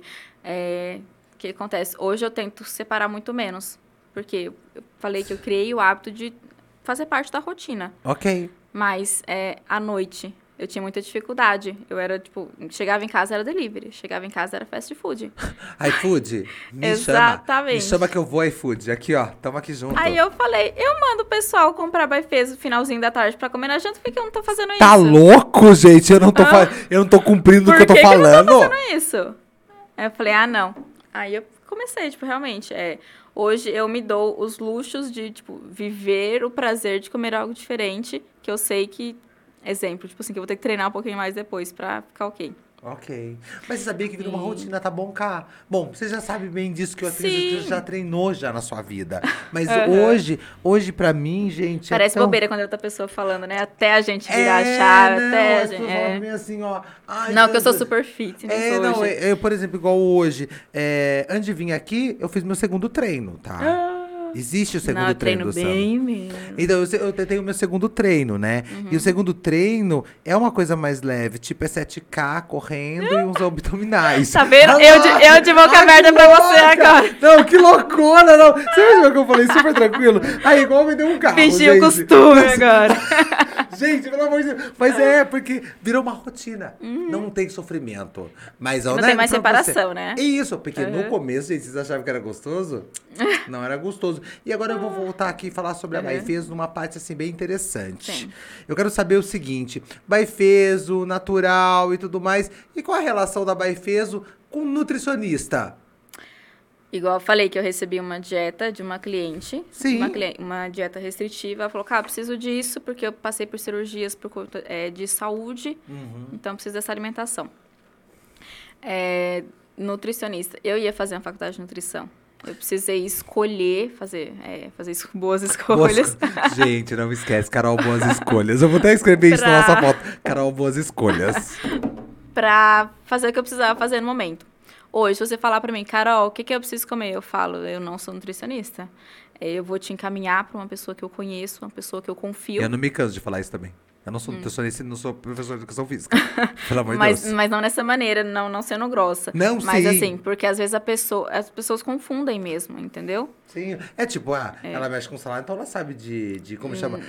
O que acontece? Hoje eu tento separar muito menos. Porque eu falei que eu criei o hábito de fazer parte da rotina. Ok. Mas à noite eu tinha muita dificuldade. Eu era, tipo... Chegava em casa, era delivery. Chegava em casa, era fast food. iFood? Exatamente. Me chama que eu vou iFood. Aqui, ó. Tamo aqui junto. Aí eu falei, eu mando o pessoal comprar Baifeso no finalzinho da tarde pra comer na janta, porque eu não tô fazendo isso. Tá louco, gente? Eu não tô cumprindo o que eu tô falando. Por que eu não tô fazendo isso? Aí eu falei, não. Aí eu comecei, tipo, realmente, hoje eu me dou os luxos de, tipo, viver o prazer de comer algo diferente, que eu sei que, exemplo, tipo assim, que eu vou ter que treinar um pouquinho mais depois pra ficar ok. Ok. Mas você sabia que virou uma rotina, tá bom, cá? Bom, você já sabe bem disso, que eu acredito que você já treinou já na sua vida. Mas hoje pra mim, gente, parece bobeira quando outra pessoa falando, né? Até a gente virar a chave, até a gente... assim, ó... Ai, não, que eu sou super fit, eu, por exemplo, igual hoje, antes de vir aqui, eu fiz meu segundo treino, tá? Existe o segundo treino do samba. Bem mesmo. Então, eu tenho o meu segundo treino, né? E o segundo treino é uma coisa mais leve. Tipo, é 7K correndo e uns abdominais. Tá vendo? Eu de boca aberta pra você agora. Não, que loucura, não. Você viu que eu falei super tranquilo? Aí, igual me deu um carro, fingiu o costume agora. Gente, pelo amor de Deus. Mas porque virou uma rotina. Não tem sofrimento. Mas, não tem mais separação, né? Isso, porque no começo, gente, vocês achavam que era gostoso? Não era gostoso. E agora eu vou voltar aqui e falar sobre a Baifeso numa parte, assim, bem interessante. Sim. Eu quero saber o seguinte. Baifeso, natural e tudo mais. E qual a relação da Baifeso com nutricionista? Igual eu falei que eu recebi uma dieta de uma cliente. Sim. Uma dieta restritiva. Ela falou, cara, preciso disso porque eu passei por cirurgias por conta de saúde. Então, eu preciso dessa alimentação. Nutricionista. Eu ia fazer uma faculdade de nutrição. Eu precisei escolher, fazer boas escolhas. Gente, não me esquece, Carol, boas escolhas. Eu vou até escrever isso na nossa foto. Carol, boas escolhas. Pra fazer o que eu precisava fazer no momento. Hoje, se você falar pra mim, Carol, o que eu preciso comer? Eu falo, eu não sou nutricionista. Eu vou te encaminhar pra uma pessoa que eu conheço, uma pessoa que eu confio. Eu não me canso de falar isso também. Eu não sou nutricionista e não sou professor de educação física. Pelo amor de Deus. Mas não dessa maneira, não sendo grossa. Não, mas sim. assim, porque às vezes as pessoas confundem mesmo, entendeu? Sim. É tipo, ela mexe com salário, então ela sabe de como chama?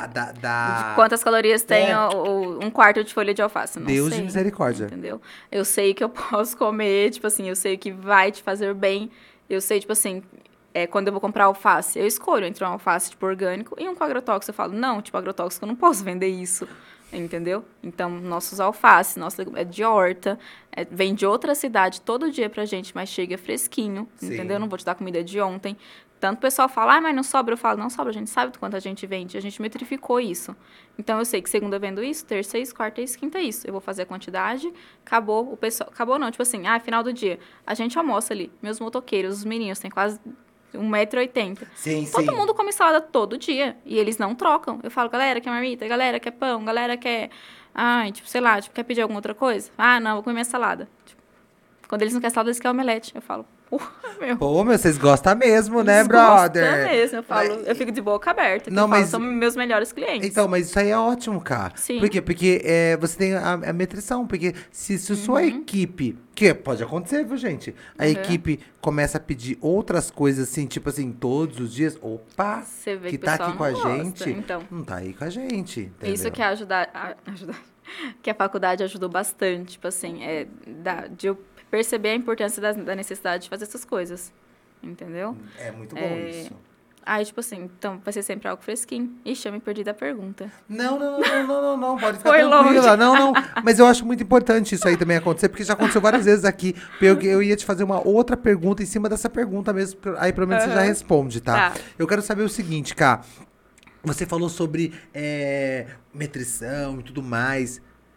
De quantas calorias tem um quarto de folha de alface. Não Deus sei, de misericórdia. entendeu? Eu sei que eu posso comer, tipo assim, eu sei que vai te fazer bem. Eu sei, tipo assim, quando eu vou comprar alface, eu escolho entre um alface, tipo, orgânico e um com agrotóxico. Eu falo, não, tipo, agrotóxico eu não posso vender isso, entendeu? Então, nossos alfaces, é de horta, vem de outra cidade todo dia pra gente, mas chega fresquinho, Sim. entendeu? Não vou te dar comida de ontem. Tanto o pessoal fala, mas não sobra. Eu falo, não sobra, a gente sabe do quanto a gente vende. A gente metrificou isso. Então, eu sei que segunda eu vendo isso, terça isso, quarta isso, quinta isso. Eu vou fazer a quantidade, acabou. O pessoal, acabou não, tipo assim, final do dia. A gente almoça ali. Meus motoqueiros, os meninos, tem quase 1,80 m. Sim, Todo mundo come salada todo dia. E eles não trocam. Eu falo, galera, quer marmita? Galera, quer pão? Galera, quer... tipo, sei lá, tipo, quer pedir alguma outra coisa? Não, vou comer minha salada. Tipo, quando eles não querem salada, eles querem omelete. Eu falo, meu. Pô, vocês gostam mesmo, né, Eles brother? gostam mesmo. Eu falo, eu fico de boca aberta. Não, mas são meus melhores clientes. Então, mas isso aí é ótimo, cara. Sim. Por quê? Porque você tem a metrição. Porque se sua equipe... Que pode acontecer, viu, gente? A equipe começa a pedir outras coisas, assim, tipo assim, todos os dias. Opa, Você vê que o tá pessoal aqui com a não gosta, gente. então. Não tá aí com a gente, entendeu? Isso que é ajudar. Que a faculdade ajudou bastante. Tipo assim, de eu perceber a importância da necessidade de fazer essas coisas. Entendeu? É muito bom isso. Aí, tipo assim, então vai ser sempre algo fresquinho. Ixi, eu me perdi da pergunta. Não, pode ficar Foi tranquila. longe. Não. Mas eu acho muito importante isso aí também acontecer, porque já aconteceu várias vezes aqui. Eu ia te fazer uma outra pergunta em cima dessa pergunta mesmo, aí pelo menos você já responde, tá? Eu quero saber o seguinte, Cá. Você falou sobre metrição e tudo mais.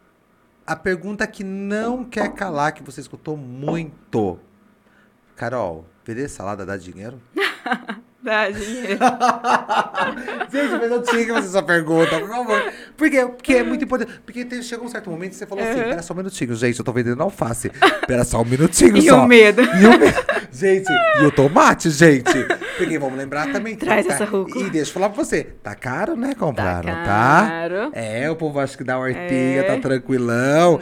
A pergunta que não quer calar, que você escutou muito. Carol, vender salada dá dinheiro? Dá dinheiro. Gente, mas eu tinha que fazer essa pergunta, por favor. Por quê? Porque é muito importante. Porque chegou um certo momento que você falou assim, pera só um minutinho, gente, eu tô vendendo alface. Pera só um minutinho E só. o medo. Gente, e o tomate, gente. Porque vamos lembrar também. Traz essa rúcula. E deixa eu falar pra você, tá caro, né, comprar, Tá não tá? caro. O povo acha que dá hortinha, tá tranquilão.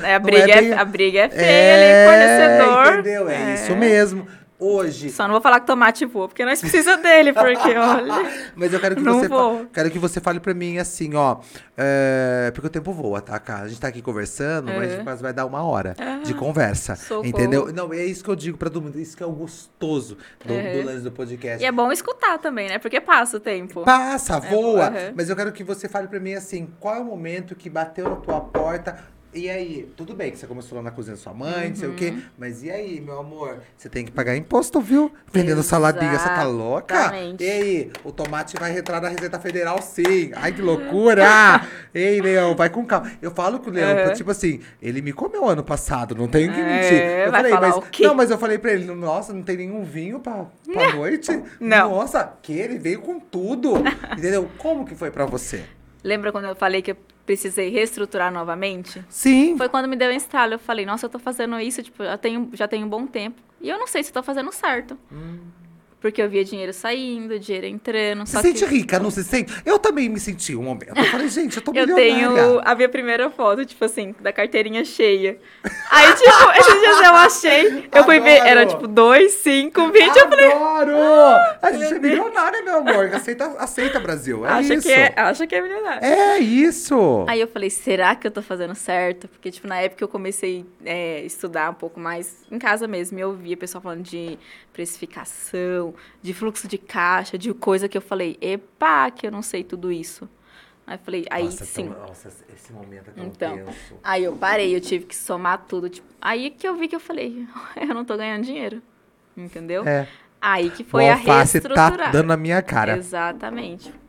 A briga é feia ali, fornecedor. Entendeu? É isso mesmo. Hoje. Só não vou falar que tomate voa, porque nós precisamos dele, porque, olha... Mas eu quero que quero que você fale pra mim assim, ó. Porque o tempo voa, tá, cara? A gente tá aqui conversando, mas vai dar 1 hora de conversa. Socorro. Entendeu? Não, é isso que eu digo pra todo mundo. Isso que é o gostoso do lance do podcast. E é bom escutar também, né? Porque passa o tempo. Passa, voa. Mas eu quero que você fale pra mim assim, qual é o momento que bateu na tua porta... E aí, tudo bem que você começou lá na cozinha da sua mãe, não sei o quê. Mas e aí, meu amor? Você tem que pagar imposto, viu? Vendendo saladinha, você tá louca? Exatamente. E aí, o tomate vai entrar na Receita Federal, sim. Ai, que loucura! Ei, Leão, vai com calma. Eu falo com o Leão, tipo assim, ele me comeu ano passado, não tenho que mentir. Eu vai falei, falar mas... o quê? Não, mas eu falei pra ele, nossa, não tem nenhum vinho pra noite? Não. Nossa, que ele veio com tudo. Entendeu? Como que foi pra você? Lembra quando eu falei que eu precisei reestruturar novamente? Sim. Foi quando me deu um estralo. Eu falei, nossa, eu tô fazendo isso, tipo, já tenho um bom tempo. E eu não sei se eu tô fazendo certo. Porque eu via dinheiro saindo, dinheiro entrando. Você sente rica, não se sente? Eu também me senti um momento. Eu falei, gente, eu tô Eu milionária. tenho a minha primeira foto, tipo assim, da carteirinha cheia. Aí, tipo, esses dias eu achei, eu fui ver, era tipo 2, 5, 20, eu falei... Adoro! A gente é milionária, meu amor. Aceita, Brasil. É isso. Acha que é milionário. É isso. Aí eu falei, será que eu tô fazendo certo? Porque, tipo, na época eu comecei a estudar um pouco mais em casa mesmo. E eu via pessoal falando de precificação, de fluxo de caixa, de coisa que eu falei, epa, que eu não sei tudo isso. Aí eu falei, aí Nossa, sim. Nossa, esse momento é tão Então, tenso. aí eu parei, eu tive que somar tudo. Tipo, aí que eu vi que eu falei, eu não tô ganhando dinheiro. Entendeu? Aí que foi o a alface reestruturar. tá dando na minha cara. Exatamente.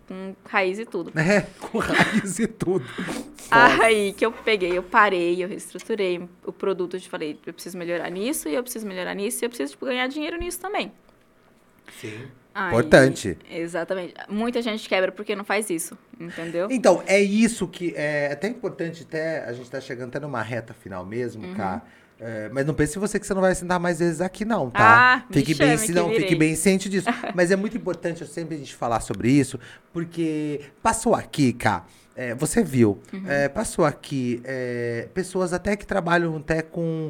com raiz e tudo. Com raiz e tudo. Aí que eu peguei, eu parei, eu reestruturei o produto, eu falei, eu preciso melhorar nisso, e eu preciso melhorar nisso, e eu preciso tipo, ganhar dinheiro nisso também. Sim. Aí, Importante. Exatamente. Muita gente quebra porque não faz isso, entendeu? Então, é isso que é até importante, até a gente tá chegando até numa reta final mesmo, cara. Mas não pense você que você não vai sentar mais vezes aqui, não, tá? Me chame, Fique bem ciente disso. Mas é muito importante eu sempre a gente falar sobre isso, porque passou aqui, cara. Você viu, passou aqui pessoas até que trabalham até com,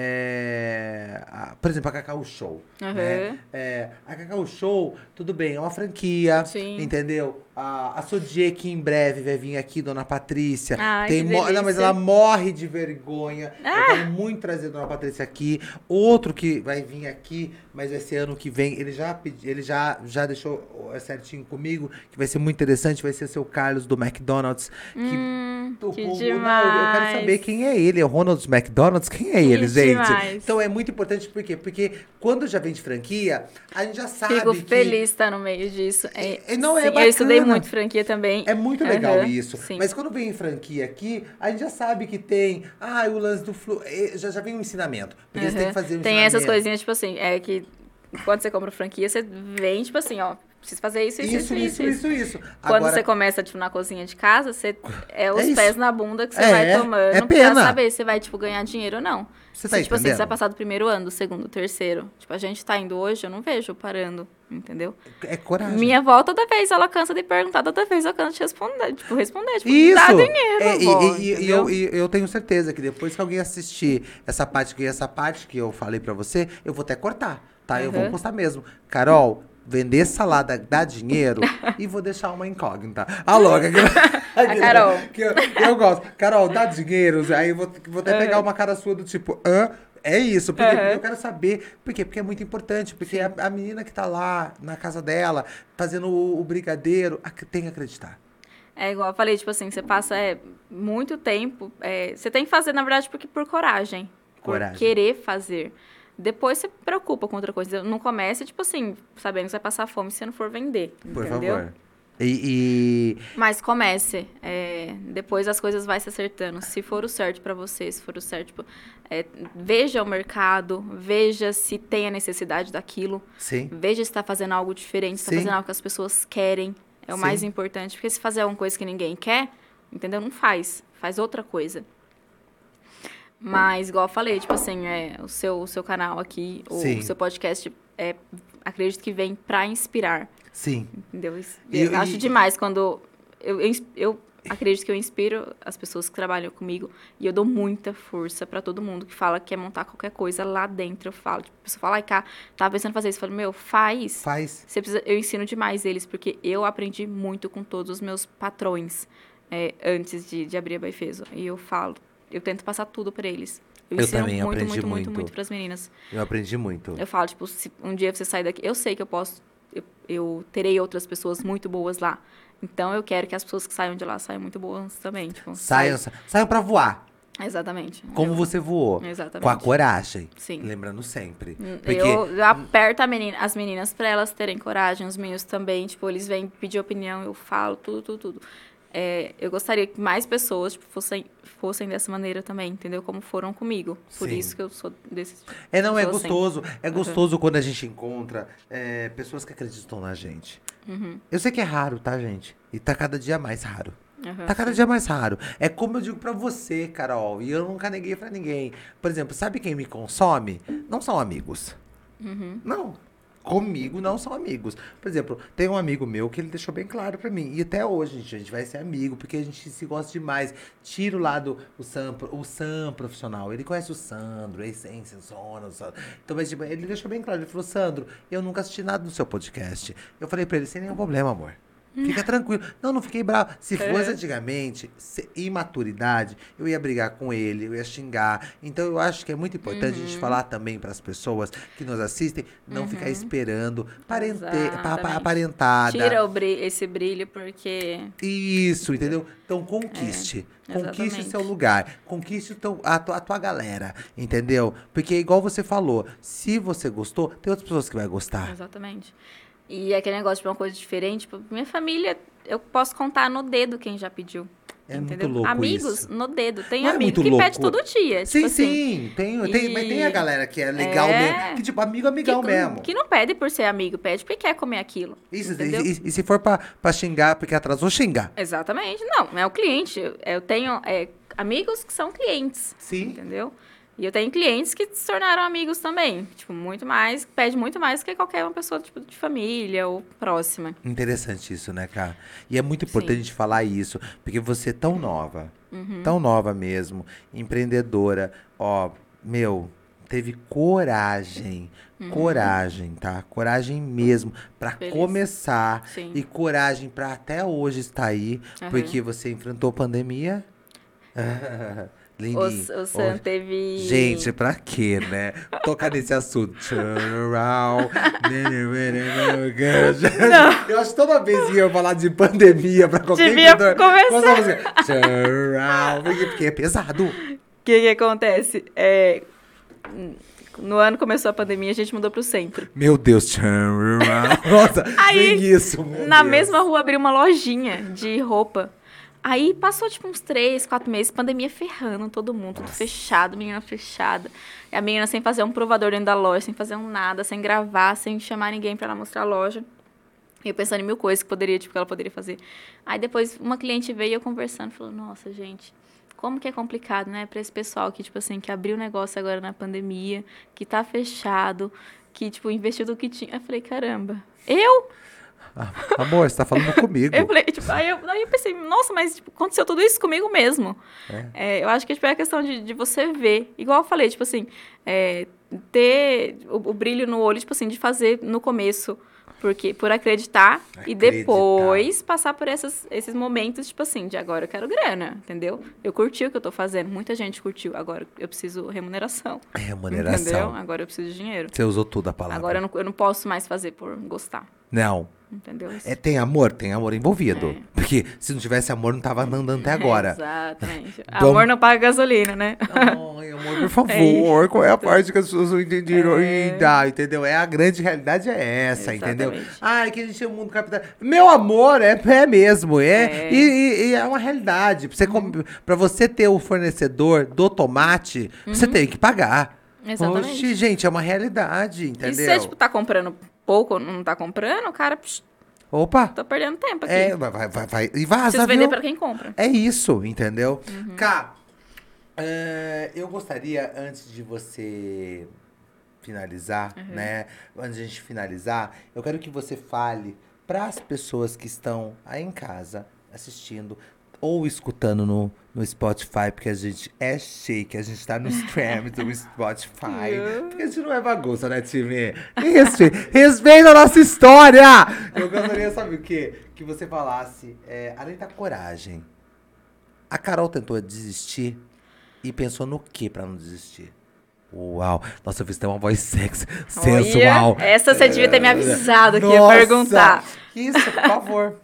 por exemplo, a Cacau Show. Né? A Cacau Show, tudo bem, é uma franquia, Sim. entendeu? A Sodier, que em breve vai vir aqui, Dona Patrícia. Que Não, mas ela morre de vergonha. Eu quero muito trazer a Dona Patrícia aqui. Outro que vai vir aqui, mas vai ser ano que vem. Ele já deixou certinho comigo, que vai ser muito interessante. Vai ser o seu Carlos do McDonald's. Que demais. Não, eu quero saber quem é ele. É o Ronald McDonald's? Quem é ele, gente? Demais. Então é muito importante, por quê? Porque quando já vem de franquia, a gente já sabe Fico que... feliz de estar no meio disso. Não, é sim, bacana. eu estudei muito franquia também. É muito legal isso. Sim. Mas quando vem em franquia aqui, a gente já sabe que tem... o lance do flu... Já vem um ensinamento. Porque você tem que fazer um Tem ensinamento. essas coisinhas, tipo assim, que quando você compra franquia, você vem, tipo assim, ó, preciso fazer isso. Quando Agora, você começa, tipo, na cozinha de casa, os isso. pés na bunda que você vai tomando. Não pena. precisa saber se você vai, tipo, ganhar dinheiro ou não. Você tá tipo assim, entendendo? você vai passar do primeiro ano, do segundo, do terceiro. Tipo, a gente tá indo hoje, eu não vejo parando, entendeu? É coragem. Minha avó, toda vez, ela cansa de perguntar, toda vez eu canso de responder. Tipo, Isso. Dá dinheiro, vó, e eu tenho certeza que depois que alguém assistir essa parte que eu falei pra você, eu vou até cortar, tá? Eu vou postar mesmo. Carol, vender salada dá dinheiro e vou deixar uma incógnita. Louca. A Carol. Que eu gosto. Carol, dá dinheiro? Aí eu vou até pegar uma cara sua do tipo, é isso, porque eu quero saber. Por quê? Porque é muito importante. Porque a menina que tá lá na casa dela, fazendo o brigadeiro, tem que acreditar. É igual eu falei, tipo assim, você passa muito tempo. Você tem que fazer, na verdade, por coragem. Por querer fazer. Depois você preocupa com outra coisa. Não comece, tipo assim, sabendo que você vai passar fome se você não for vender. Por entendeu? favor. Mas comece. Depois as coisas vão se acertando. Se for o certo pra você, se for o certo, tipo, veja o mercado, veja se tem a necessidade daquilo. Sim. Veja se está fazendo algo diferente, se está fazendo algo que as pessoas querem. É o mais importante. Porque se fazer alguma coisa que ninguém quer, entendeu? Não faz. Faz outra coisa. Mas, igual eu falei, tipo assim, o seu canal aqui, o seu podcast, acredito que vem pra inspirar. Sim. Entendeu? Eu acho demais quando... Eu acredito que eu inspiro as pessoas que trabalham comigo e eu dou muita força pra todo mundo que fala que quer montar qualquer coisa lá dentro. Eu falo, tipo, a pessoa fala, cá, tava pensando em fazer isso. Eu falo, faz. Você precisa, eu ensino demais eles, porque eu aprendi muito com todos os meus patrões antes de abrir a Baifeso. E eu falo, eu tento passar tudo pra eles. Eu ensino também aprendi muito pras meninas. Eu aprendi muito. Eu falo, tipo, se um dia você sair daqui, eu sei que eu posso, eu terei outras pessoas muito boas lá. Então, eu quero que as pessoas que saiam de lá saiam muito boas também. Tipo, saiam pra voar. Exatamente. Como você voou. Exatamente. Com a coragem. Sim. Lembrando sempre. Porque... Eu aperto as meninas pra elas terem coragem, os meninos também. Tipo, eles vêm pedir opinião, eu falo tudo. Eu gostaria que mais pessoas tipo, fossem dessa maneira também, entendeu? Como foram comigo. Por isso que eu sou desse tipo. É gostoso. Assim. É gostoso quando a gente encontra pessoas que acreditam na gente. Eu sei que é raro, tá, gente? E tá cada dia mais raro. Tá cada dia mais raro. É como eu digo pra você, Carol, e eu nunca neguei pra ninguém. Por exemplo, sabe quem me consome? Não são amigos. Não. Comigo não são amigos. Por exemplo, tem um amigo meu que ele deixou bem claro pra mim. E até hoje, a gente vai ser amigo, porque a gente se gosta demais. Tira o lado, o Sam profissional. Ele conhece o Sandro, a Essência, o Sono. Então, mas, tipo, ele deixou bem claro. Ele falou, Sandro, eu nunca assisti nada do seu podcast. Eu falei pra ele, sem nenhum problema, amor. Fica tranquilo. Não fiquei bravo. Se fosse antigamente, imaturidade, eu ia brigar com ele, eu ia xingar. Então, eu acho que é muito importante a gente falar também para as pessoas que nos assistem, não ficar esperando aparentada. Tira esse brilho, porque... Isso, entendeu? Então, conquiste. Conquiste o seu lugar. Conquiste a tua galera, entendeu? Porque, igual você falou, se você gostou, tem outras pessoas que vai gostar. Exatamente. E aquele negócio de uma coisa diferente, tipo, minha família, eu posso contar no dedo quem já pediu. É Entendeu? muito louco Amigos isso. no dedo. Tem Não é amigo muito que louco? pede todo dia. Sim, tipo assim. sim. Mas tem a galera que é legal mesmo. Que tipo, amigão mesmo. Que não pede por ser amigo, pede porque quer comer aquilo. Isso, entendeu? e se for pra xingar porque atrasou, xinga. Exatamente. Não, é o cliente. Eu tenho amigos que são clientes. Sim. Entendeu? E eu tenho clientes que se tornaram amigos também. Tipo, muito mais, pede muito mais que qualquer uma pessoa, tipo, de família ou próxima. Interessante isso, né, cara? E é muito importante a Sim. gente falar isso, porque você é tão nova mesmo, empreendedora, ó, meu, teve coragem, tá? Coragem mesmo pra Feliz. começar Sim. e coragem pra até hoje estar aí, porque você enfrentou pandemia. Lindinho. O Sam teve... Gente, pra quê, né? Tocar nesse assunto. Turn around. Eu acho que toda vez que eu falar de pandemia pra qualquer Devia cantor, começar. Turn around. Porque é pesado. O que acontece? No ano começou a pandemia, a gente mudou pro centro. Meu Deus, turn around. Nossa, Aí, nem isso, meu na Deus. mesma rua abriu uma lojinha de roupa. Aí passou, tipo, uns 3, 4 meses, pandemia ferrando todo mundo, tudo fechado, menina fechada. E a menina sem fazer um provador dentro da loja, sem fazer um nada, sem gravar, sem chamar ninguém pra ela mostrar a loja. E eu pensando em mil coisas que ela poderia fazer. Aí depois uma cliente veio e eu conversando, falou, nossa, gente, como que é complicado, né, pra esse pessoal que, tipo assim, que abriu o negócio agora na pandemia, que tá fechado, que, tipo, investiu do que tinha. Eu falei, caramba, eu? Amor, você tá falando comigo. Eu falei, tipo, aí eu pensei, nossa, mas tipo, aconteceu tudo isso comigo mesmo. Eu acho que tipo, é a questão de você ver. Igual eu falei, tipo assim, ter o brilho no olho, tipo assim, de fazer no começo, por acreditar, e depois passar por esses momentos, tipo assim, de agora eu quero grana, entendeu? Eu curti o que eu tô fazendo, muita gente curtiu, agora eu preciso remuneração. Remuneração. Entendeu? Agora eu preciso de dinheiro. Você usou tudo a palavra. Agora eu não posso mais fazer por gostar. Não. Entendeu? Tem amor envolvido. Porque se não tivesse amor, não tava andando até agora. Exatamente. Amor não paga gasolina, né? Ai, amor, por favor, qual é a parte que as pessoas não entenderam ainda, entendeu? A grande realidade é essa, entendeu? Ai, que a gente é um mundo capital. Meu amor, é mesmo, E é uma realidade. Pra você ter o fornecedor do tomate, você tem que pagar. Exatamente. Oxi, gente, é uma realidade, entendeu? E se você, tipo, tá comprando pouco, não tá comprando, o cara... Opa! Tô perdendo tempo aqui. Vai. E vaza, Preciso vender pra quem compra. É isso, entendeu? Cá, eu gostaria, antes de você finalizar, né? Antes de a gente finalizar, eu quero que você fale para as pessoas que estão aí em casa assistindo ou escutando no Spotify, porque a gente é chique, a gente tá no stream do Spotify. Porque a gente não é bagunça, né, time? Respeita a nossa história! Eu gostaria, sabe o quê? Que você falasse, além da coragem, a Carol tentou desistir e pensou no quê pra não desistir? Uau! Nossa, você tem uma voz sexy, sensual. Essa você devia ter me avisado que ia perguntar. Isso, por favor.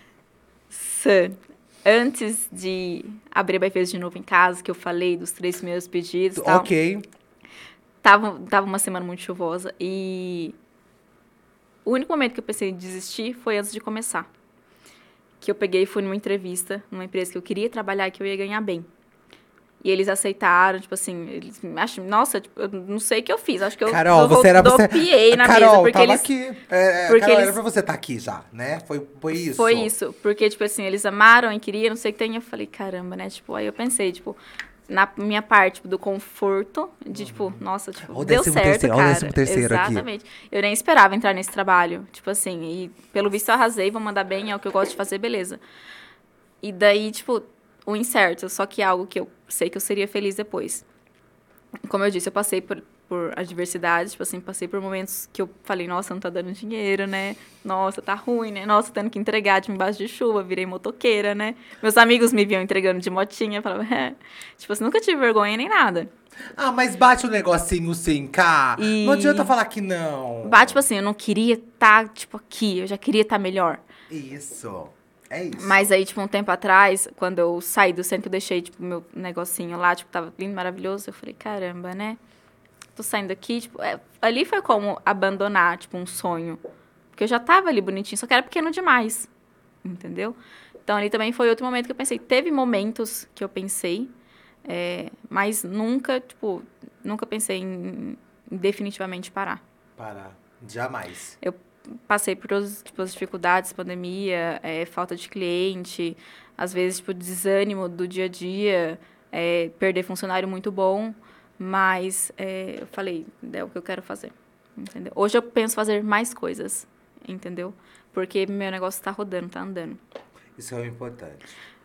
Antes de abrir a Baifês de novo em casa, que eu falei dos 3 primeiros pedidos e tal. Ok. Tava uma semana muito chuvosa e o único momento que eu pensei em desistir foi antes de começar. Que eu peguei e fui numa entrevista, numa empresa que eu queria trabalhar e que eu ia ganhar bem. E eles aceitaram, tipo assim, eles acham, nossa, tipo, eu não sei o que eu fiz, acho que eu Carol, dopiei na Carol, mesa, porque tava eles... aqui. Porque Carol, eles... era pra você estar aqui já, né? Foi isso? Foi isso, porque, tipo assim, eles amaram e queriam, não sei o que tem, eu falei, caramba, né, tipo, aí eu pensei, tipo, na minha parte, tipo, do conforto, de, tipo, nossa, tipo, deu certo, cara. Olha o 13º aqui. Exatamente. Eu nem esperava entrar nesse trabalho, tipo assim, e pelo visto eu arrasei, vou mandar bem, é o que eu gosto de fazer, beleza. E daí, tipo, o incerto, só que é algo que eu sei que eu seria feliz depois. Como eu disse, eu passei por adversidades, tipo assim, passei por momentos que eu falei, nossa, não tá dando dinheiro, né? Nossa, tá ruim, né? Nossa, tendo que entregar de embaixo de chuva, virei motoqueira, né? Meus amigos me viam entregando de motinha, falavam, tipo assim, nunca tive vergonha nem nada. Ah, mas bate o negocinho sim, cá. Não adianta falar que não. Bate, tipo assim, eu não queria estar, tipo, aqui, eu já queria estar melhor. Isso. É isso. Mas aí, tipo, um tempo atrás, quando eu saí do centro, eu deixei, tipo, meu negocinho lá, tipo, tava lindo, maravilhoso. Eu falei, caramba, né? Tô saindo daqui, tipo... ali foi como abandonar, tipo, um sonho. Porque eu já tava ali bonitinho, só que era pequeno demais, entendeu? Então, ali também foi outro momento que eu pensei. Teve momentos que eu pensei, mas nunca pensei em definitivamente parar. Parar. Jamais. Eu passei por todas as dificuldades, pandemia, falta de cliente, às vezes, desânimo do dia a dia, perder funcionário muito bom, mas eu falei, é o que eu quero fazer, entendeu? Hoje eu penso fazer mais coisas, entendeu? Porque meu negócio está rodando, está andando. Isso é o importante.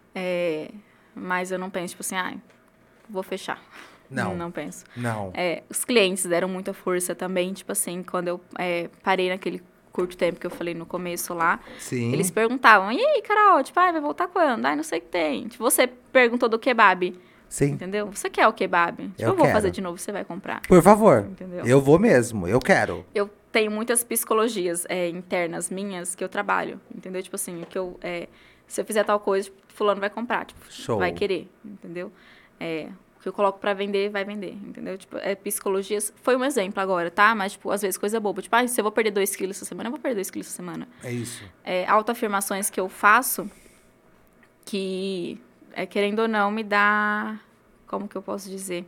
Mas eu não penso, vou fechar. Não penso. Não. Os clientes deram muita força também, quando eu parei naquele curto tempo que eu falei no começo lá. Sim. Eles perguntavam, e aí, Carol, vai voltar quando? Não sei o que tem. Você perguntou do kebab. Sim. Entendeu? Você quer o kebab? Eu vou fazer de novo, você vai comprar. Por favor. Entendeu? Eu vou mesmo, eu quero. Eu tenho muitas psicologias internas minhas que eu trabalho, entendeu? Se eu fizer tal coisa, fulano vai comprar, Show. Vai querer, entendeu? O que eu coloco pra vender, vai vender, entendeu? Psicologias, foi um exemplo agora, tá? Mas, às vezes, coisa boba. Se eu vou perder 2 quilos essa semana, eu vou perder 2 quilos essa semana. É isso. Autoafirmações que eu faço que, querendo ou não, me dá... Como que eu posso dizer?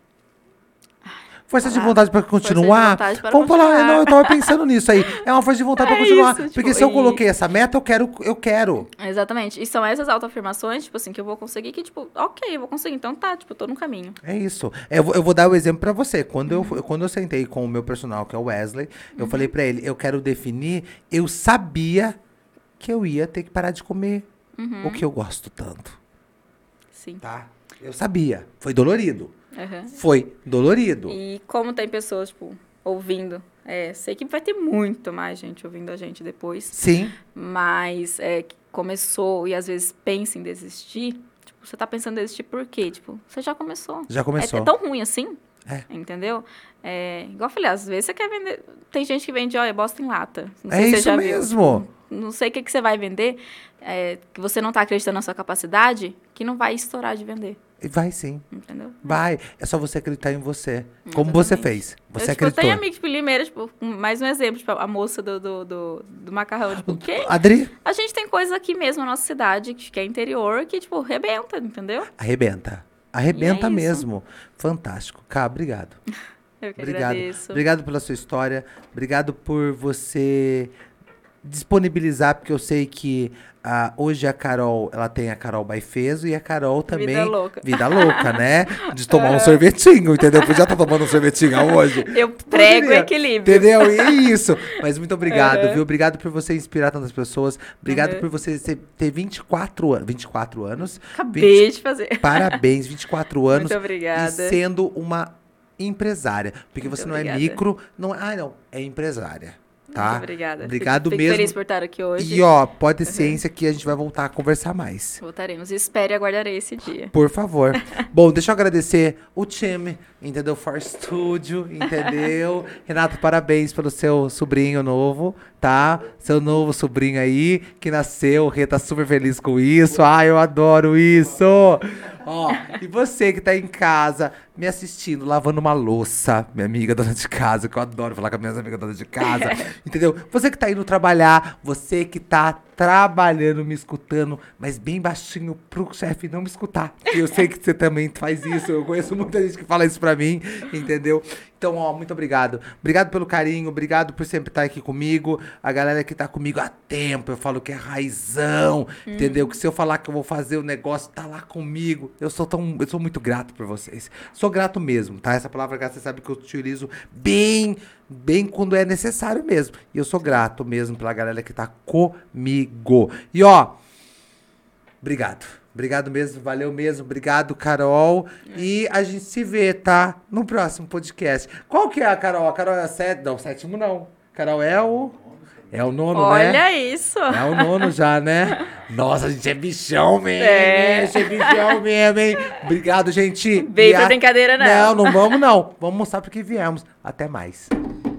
Força de vontade para continuar. Força de vontade para Vamos continuar. falar, não, eu tava pensando nisso aí. É uma força de vontade para continuar. Isso, porque se eu coloquei essa meta, eu quero. Exatamente. E são essas autoafirmações, que eu vou conseguir, que, ok, eu vou conseguir. Então tá, tô no caminho. É isso. Eu vou dar o exemplo para você. Quando eu sentei com o meu personal, que é o Wesley, eu falei para ele, eu quero definir, eu sabia que eu ia ter que parar de comer o que eu gosto tanto. Sim. Tá? Eu sabia. Foi dolorido. Uhum. Foi dolorido. E como tem pessoas, ouvindo, sei que vai ter muito mais gente ouvindo a gente depois. Sim. Mas que começou e às vezes pensa em desistir, você tá pensando em desistir por quê? Você já começou. Já começou. É tão ruim assim, entendeu? Igual eu falei, às vezes você quer vender... Tem gente que vende, bosta em lata. Não É sei se isso você já mesmo. Viu. Não sei o que você vai vender, que você não tá acreditando na sua capacidade, que não vai estourar de vender. Vai sim. Entendeu? Vai. É só você acreditar em você. Exatamente. Como você fez. Você acreditou. Eu tenho amigos, Limeira, mais um exemplo, a moça do macarrão. Adri? A gente tem coisas aqui mesmo na nossa cidade, que é interior, que, rebenta, entendeu? Arrebenta. Arrebenta mesmo. Fantástico. Cá, obrigado. Eu que agradeço. Obrigado pela sua história. Obrigado por você disponibilizar, porque eu sei que hoje a Carol, ela tem a Carol Baifeso e a Carol também... Vida louca. Vida louca, né? De tomar um sorvetinho, entendeu? Podia estar tomando um sorvetinho hoje. Eu prego equilíbrio. Entendeu? E é isso. Mas muito obrigado, viu? Obrigado por você inspirar tantas pessoas. Obrigado por você ter 24 anos. 24 anos. Acabei de fazer. Parabéns, 24 anos. Muito obrigada. E sendo uma empresária. Porque Muito você obrigada. não é micro... Não, é empresária. Tá? Muito obrigada. Obrigado Fico mesmo. feliz por estar aqui hoje. E, pode ter ciência que a gente vai voltar a conversar mais. Voltaremos. Espere e aguardarei esse dia. Por favor. Bom, deixa eu agradecer o time, entendeu? For Studio, entendeu? Renato, parabéns pelo seu sobrinho novo, tá? Seu novo sobrinho aí, que nasceu. O Rê tá super feliz com isso. Eu adoro isso! E você que tá em casa, me assistindo, lavando uma louça, minha amiga dona de casa, que eu adoro falar com as minhas amigas donas de casa, entendeu? Você que tá indo trabalhar, você que tá trabalhando, me escutando, mas bem baixinho pro chefe não me escutar. Eu sei que você também faz isso, eu conheço muita gente que fala isso pra mim, entendeu? Então, muito obrigado. Obrigado pelo carinho, obrigado por sempre estar aqui comigo. A galera que tá comigo há tempo, eu falo que é raizão, entendeu? Que se eu falar que eu vou fazer o negócio, tá lá comigo. Eu sou muito grato por vocês. Sou grato mesmo, tá? Essa palavra grato, você sabe que eu utilizo bem quando é necessário mesmo. E eu sou grato mesmo pela galera que tá comigo. E obrigado. Obrigado mesmo, valeu mesmo. Obrigado, Carol. E a gente se vê, tá? No próximo podcast. Qual que é a Carol? A Carol é a sétimo não. Carol é o... É o nono, Olha né? Olha isso. É o nono já, né? Nossa, a gente é bichão mesmo. A gente é bichão mesmo, hein? Obrigado, gente. Veio pra brincadeira, não. Não vamos não. Vamos mostrar porque viemos. Até mais.